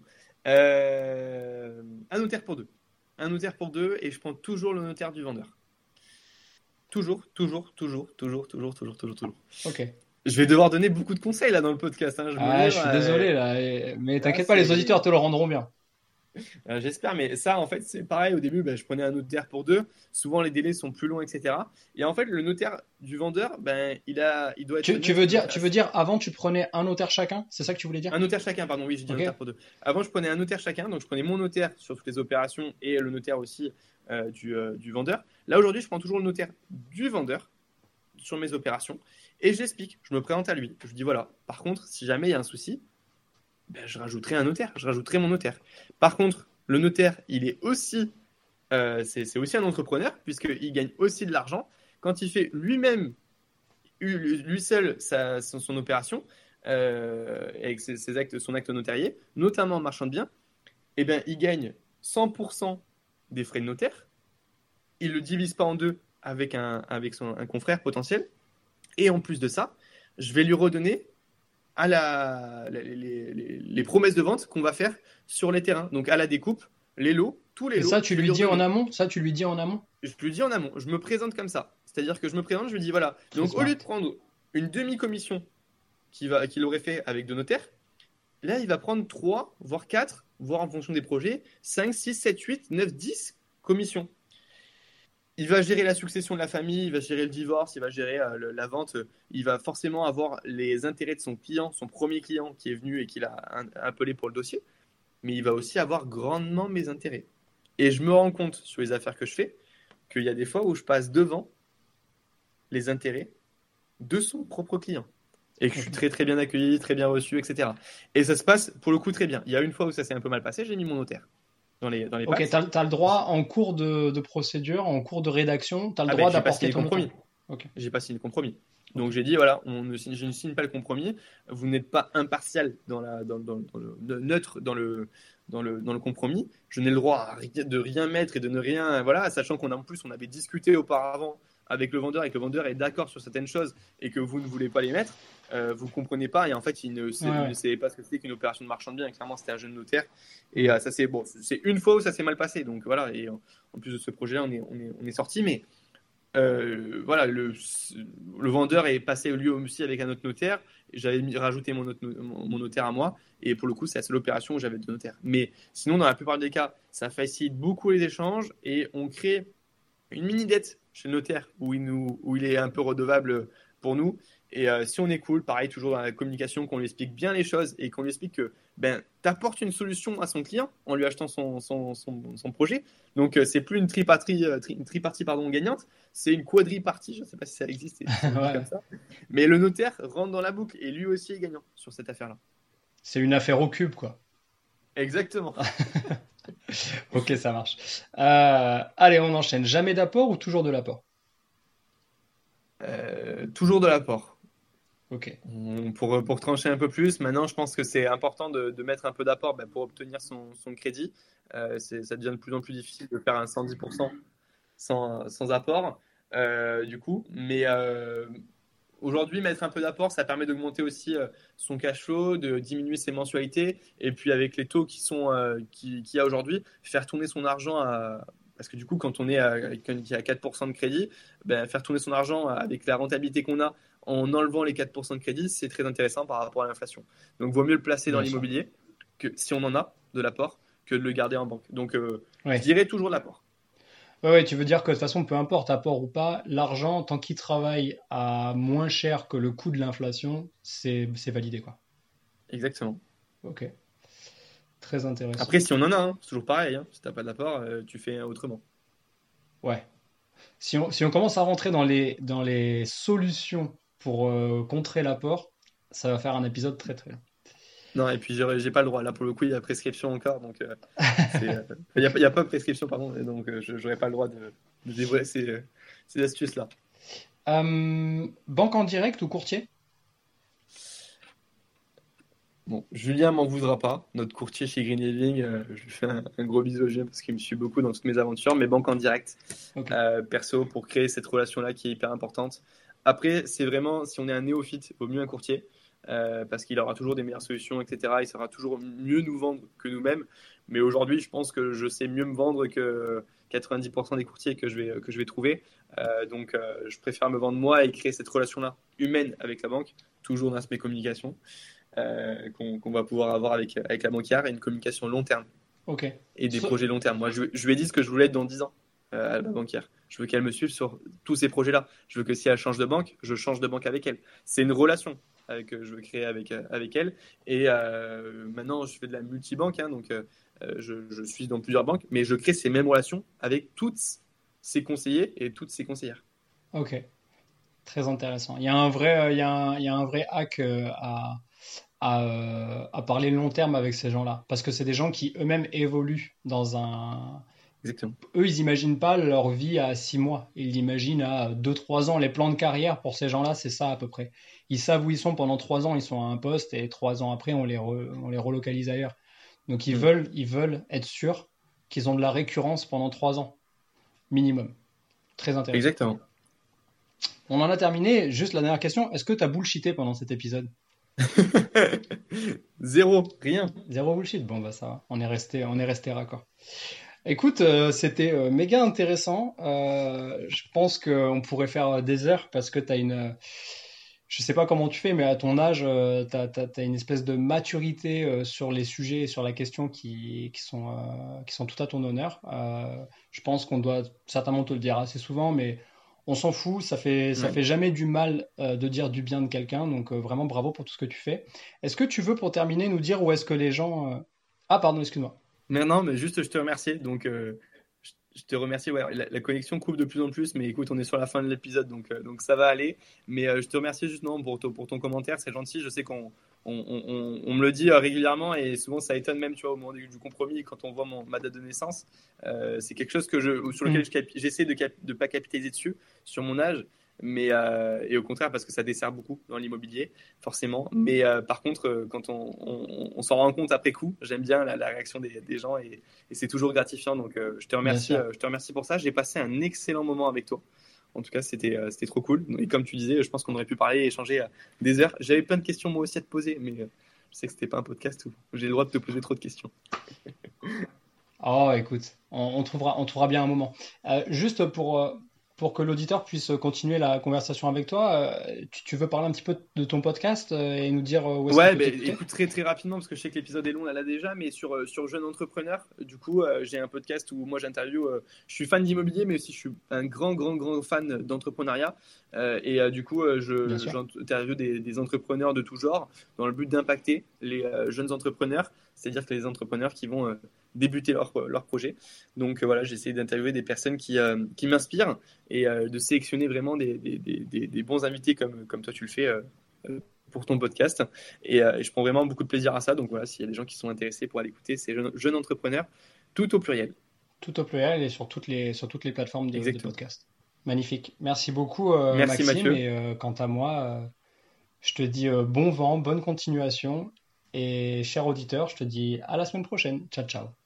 Euh, Un notaire pour deux. Un notaire pour deux, et je prends toujours le notaire du vendeur. Toujours, toujours, toujours, toujours, toujours, toujours, toujours, toujours.
Ok.
Je vais devoir donner beaucoup de conseils là dans le podcast. Hein, je me
Ah, je
livre,
suis
euh,
désolé là, et- mais
là,
t'inquiète pas, les
c'est-
auditeurs te le rendront bien.
Euh, j'espère, mais ça, en fait, c'est pareil. Au début, ben, je prenais un notaire pour deux. Souvent, les délais sont plus longs, et cetera. Et en fait, le notaire du vendeur, ben, il a, il doit être.
Tu, tu veux dire, tu veux dire avant tu prenais un notaire chacun? C'est ça que tu voulais dire?
Un notaire chacun, pardon, oui, j'ai dit
Ok.
un notaire pour deux. Avant, je prenais un notaire chacun, donc je prenais mon notaire sur toutes les opérations et le notaire aussi euh, du, euh, du vendeur. Là, aujourd'hui, je prends toujours le notaire du vendeur sur mes opérations et j'explique, je me présente à lui. Je lui dis voilà, par contre, si jamais il y a un souci, ben, je rajouterai un notaire, je rajouterai mon notaire. Par contre, le notaire, il est aussi, euh, c'est, c'est aussi un entrepreneur puisqu'il gagne aussi de l'argent quand il fait lui-même, lui seul, sa, son, son opération. Euh, avec ses, ses actes, son acte notarié, notamment en marchand de biens, eh ben, il gagne cent pour cent des frais de notaire. Il ne le divise pas en deux avec, un, avec son, un confrère potentiel. Et en plus de ça, je vais lui redonner à la, les, les, les, les promesses de vente qu'on va faire sur les terrains. Donc à la découpe, les lots, tous les
Et
lots.
ça, tu
je vais
lui dis en
redonner.
amont? Ça, tu lui dis en amont?
Je lui dis en amont. Je me présente comme ça. C'est-à-dire que je me présente, je lui dis voilà.
Très
Donc
smart.
au lieu de prendre une demi-commission qu'il va, qu'il aurait fait avec deux notaires, là, il va prendre trois, voire quatre, voire en fonction des projets, cinq, six, sept, huit, neuf, dix commissions. Il va gérer la succession de la famille, il va gérer le divorce, il va gérer euh, le- la vente. euh, Il va forcément avoir les intérêts de son client, son premier client qui est venu et qu'il a un- appelé pour le dossier. Mais il va aussi avoir grandement mes intérêts. Et je me rends compte sur les affaires que je fais qu'il y a des fois où je passe devant les intérêts de son propre client. Et que je suis très très bien accueilli, très bien reçu, et cetera. Et ça se passe pour le coup très bien. Il y a une fois où ça s'est un peu mal passé, j'ai mis mon notaire dans les, dans les
Ok,
packs.
t'as, t'as le droit en cours de, de procédure, en cours de rédaction, t'as le
Ah
droit
ben, j'ai pas signé
d'apporter
le
ton
compromis.
notaire. Ok.
J'ai pas signé le compromis. Donc j'ai dit voilà, on ne signe, je ne signe pas le compromis. Vous n'êtes pas impartial dans la, dans, dans- dans le de- neutre dans le, dans le, dans le compromis. Je n'ai le droit à rien- de rien mettre et de ne rien, voilà, sachant qu'on a en plus on avait discuté auparavant avec le vendeur et que le vendeur est d'accord sur certaines choses et que vous ne voulez pas les mettre. Euh, vous ne comprenez pas et en fait il ne, sait,
Ouais,
il
ouais.
ne savait pas ce que c'était qu'une opération de marchand de biens. Clairement c'était un jeune notaire et euh, ça c'est bon, c'est une fois où ça s'est mal passé. Donc voilà, et en, en plus de ce projet-là on est, on est, on est sorti, mais euh, voilà, le, le vendeur est passé lui aussi avec un autre notaire. J'avais mis- rajouté mon, autre no- mon mon notaire à moi. Et pour le coup, c'est la seule opération où j'avais deux notaires. Mais sinon, dans la plupart des cas, ça facilite beaucoup les échanges et on crée une mini-dette chez le notaire où il, nous, où il est un peu redevable pour nous. Et euh, si on est cool, pareil, toujours dans la communication, qu'on lui explique bien les choses et qu'on lui explique que ben, tu apportes une solution à son client en lui achetant son, son, son, son projet. Donc, euh, c'est plus une tripartie, euh, tri, une tripartie pardon, gagnante, c'est une quadripartie. Je ne sais pas si ça existe et si ça se dit
Ouais.
comme ça. Mais le notaire rentre dans la boucle et lui aussi est gagnant sur cette affaire-là.
C'est une affaire au cube, quoi.
Exactement.
Ok, ça marche. Euh, allez, on enchaîne. Jamais d'apport ou toujours de l'apport?
Euh, toujours de l'apport.
Ok.
On- Pour, pour trancher un peu plus, maintenant je pense que c'est important de, de mettre un peu d'apport ben, pour obtenir son, son crédit. Euh, c'est- ça devient de plus en plus difficile de faire un cent dix pour cent sans, sans apport, euh, du coup. Mais euh, aujourd'hui, mettre un peu d'apport, ça permet d'augmenter aussi euh, son cash flow, de diminuer ses mensualités. Et puis avec les taux qui sont, euh, qui, qu'il y a aujourd'hui, faire tourner son argent à... Parce que du coup, quand on est à, quand il y a quatre pour cent de crédit, ben, faire tourner son argent avec la rentabilité qu'on a en enlevant les quatre pour cent de crédit, c'est très intéressant par rapport à l'inflation. Donc, vaut mieux le placer dans
Bien sûr.
l'immobilier, que, si on en a de l'apport, que de le garder en banque. Donc, euh,
Ouais.
je dirais toujours de l'apport.
Ouais, ouais, tu veux dire que de toute façon, peu importe apport ou pas, l'argent, tant qu'il travaille à moins cher que le coût de l'inflation, c'est c'est validé, quoi.
Exactement.
Ok. Très intéressant.
Après, si on en a, hein, c'est toujours pareil. Hein. Si tu n'as pas d'apport, euh, tu fais autrement.
Ouais. Si on, si on commence à rentrer dans les, dans les solutions pour euh, contrer l'apport, ça va faire un épisode très très long.
Non, et puis j'ai, j'ai pas le droit. Là, pour le coup, il y a prescription encore. Donc, euh, c'est, euh, il n'y a, il y a pas prescription, pardon. Et donc, euh, je n'aurais pas le droit de, de dévoiler ces, euh, ces astuces-là.
Euh, banque en direct ou courtier?
Bon, Julien m'en voudra pas. Notre courtier chez Green Living, euh, je lui fais un, un gros bisou à Julien parce qu'il me suit beaucoup dans toutes mes aventures. Mais banque en direct,
Ok.
euh, perso, pour créer cette relation-là qui est hyper importante. Après, c'est vraiment, si on est un néophyte, il vaut mieux un courtier. euh, parce qu'il aura toujours des meilleures solutions, et cetera. Il saura toujours mieux nous vendre que nous-mêmes. Mais aujourd'hui, je pense que je sais mieux me vendre que quatre-vingt-dix pour cent des courtiers que je vais, que je vais trouver. Euh, donc, euh, je préfère me vendre moi et créer cette relation-là humaine avec la banque, toujours dans l'aspect communication, euh, qu'on, qu'on va pouvoir avoir avec, avec la banquière, et une communication long terme
Ok.
et des
So-
projets long terme. Moi, je, je lui ai dit ce que je voulais être dans dix ans euh, à la banquière. Je veux qu'elle me suive sur tous ces projets-là. Je veux que si elle change de banque, je change de banque avec elle. C'est une relation euh, que je veux créer avec, euh, avec elle. Et euh, maintenant, je fais de la multibanque, hein, donc euh, je, je suis dans plusieurs banques, mais je crée ces mêmes relations avec toutes ces conseillers et toutes ces conseillères.
Ok. Très intéressant. Il y a un vrai, euh, il y a un, il y a un vrai hack euh, à, à, euh, à parler long terme avec ces gens-là. Parce que c'est des gens qui eux-mêmes évoluent dans un.
Exactement.
Eux, ils n'imaginent pas leur vie à six mois. Ils l'imaginent à deux, trois ans. Les plans de carrière pour ces gens-là, c'est ça à peu près. Ils savent où ils sont pendant trois ans, ils sont à un poste et trois ans après, on les, re- on les relocalise ailleurs. Donc ils
Mm.
veulent, ils veulent être sûrs qu'ils ont de la récurrence pendant trois ans, minimum. Très intéressant.
Exactement.
On en a terminé. Juste la dernière question. Est-ce que tu as bullshité pendant cet épisode?
Zéro, rien.
Zéro bullshit. Bon, bah ça va. On est resté, on est resté raccord. Écoute, euh, c'était euh, méga intéressant. Euh, je pense qu'on pourrait faire des heures parce que tu as une. Je sais pas comment tu fais, mais à ton âge, euh, tu as, une espèce de maturité euh, sur les sujets et sur la question qui, qui sont, euh, qui sont tout à ton honneur. Euh, je pense qu'on doit certainement te le dire assez souvent, mais on s'en fout. Ça fait, ça
Ouais.
fait jamais du mal euh, de dire du bien de quelqu'un. Donc euh, vraiment bravo pour tout ce que tu fais. Est-ce que tu veux, pour terminer, nous dire où est-ce que les gens. euh, Ah, pardon, excuse-moi.
Mais non, mais juste, je te remercie. Donc, euh, je, je te remercie. Ouais, la, la connexion coupe de plus en plus, mais écoute, on est sur la fin de l'épisode, donc, euh, donc ça va aller. Mais euh, je te remercie justement pour, ton- pour ton commentaire, c'est gentil. Je sais qu'on on, on- on- on me le dit euh, régulièrement et souvent ça étonne même, tu vois, au moment du, du compromis, quand on voit mon, ma date de naissance. Euh, c'est quelque chose que je, sur lequel
Mm.
je capi- j'essaie de ne pas capitaliser dessus, sur mon âge. Mais, euh, et au contraire, parce que ça dessert beaucoup dans l'immobilier, forcément. Mais euh, par contre, euh, quand on, on- on s'en rend compte après coup, j'aime bien la, la réaction des, des gens et, et c'est toujours gratifiant. Donc, euh, je te
Bien
remercie,
sûr.
euh, je te remercie pour ça. J'ai passé un excellent moment avec toi. En tout cas, c'était euh, c'était trop cool. Et comme tu disais, je pense qu'on aurait pu parler et échanger euh, des heures. J'avais plein de questions moi aussi à te poser, mais euh, je sais que c'était pas un podcast où j'ai le droit de te poser trop de questions.
Oh, écoute, on, on trouvera, on trouvera bien un moment. Euh, juste pour, euh, pour que l'auditeur puisse continuer la conversation avec toi, euh, tu, tu veux parler un petit peu de ton podcast euh, et nous dire euh, où est-ce qu'on
Ouais,
peut
ben
t'écouter?
écoute très très rapidement parce que je sais que l'épisode est long là, là déjà, mais sur, euh, sur Jeune Entrepreneur, du coup, euh, j'ai un podcast où moi j'interview, euh, je suis fan d'immobilier, mais aussi je suis un grand, grand, grand fan d'entrepreneuriat. Euh, et euh, du coup, euh,
Bien
je,
sûr.
j'interview des, des entrepreneurs de tout genre dans le but d'impacter les euh, jeunes entrepreneurs, c'est-à-dire que les entrepreneurs qui vont euh, débuter leur, leur projet. Donc euh, voilà, j'essaie d'interviewer des personnes qui, euh, qui m'inspirent et euh, de sélectionner vraiment des, des, des, des, des bons invités comme, comme toi tu le fais. Euh, euh, pour ton podcast et, euh, et je prends vraiment beaucoup de plaisir à ça, donc voilà, s'il y a des gens qui sont intéressés pour aller écouter, c'est Jeune, Jeune Entrepreneur, tout au pluriel.
Tout au pluriel et sur toutes les, sur toutes les plateformes de, de
Exactement.
podcast. Magnifique. Merci beaucoup, euh,
Merci
Maxime.
Mathieu.
Et euh, quant à moi, euh, je te dis euh, bon vent, bonne continuation. Et cher auditeur, je te dis à la semaine prochaine. Ciao, ciao.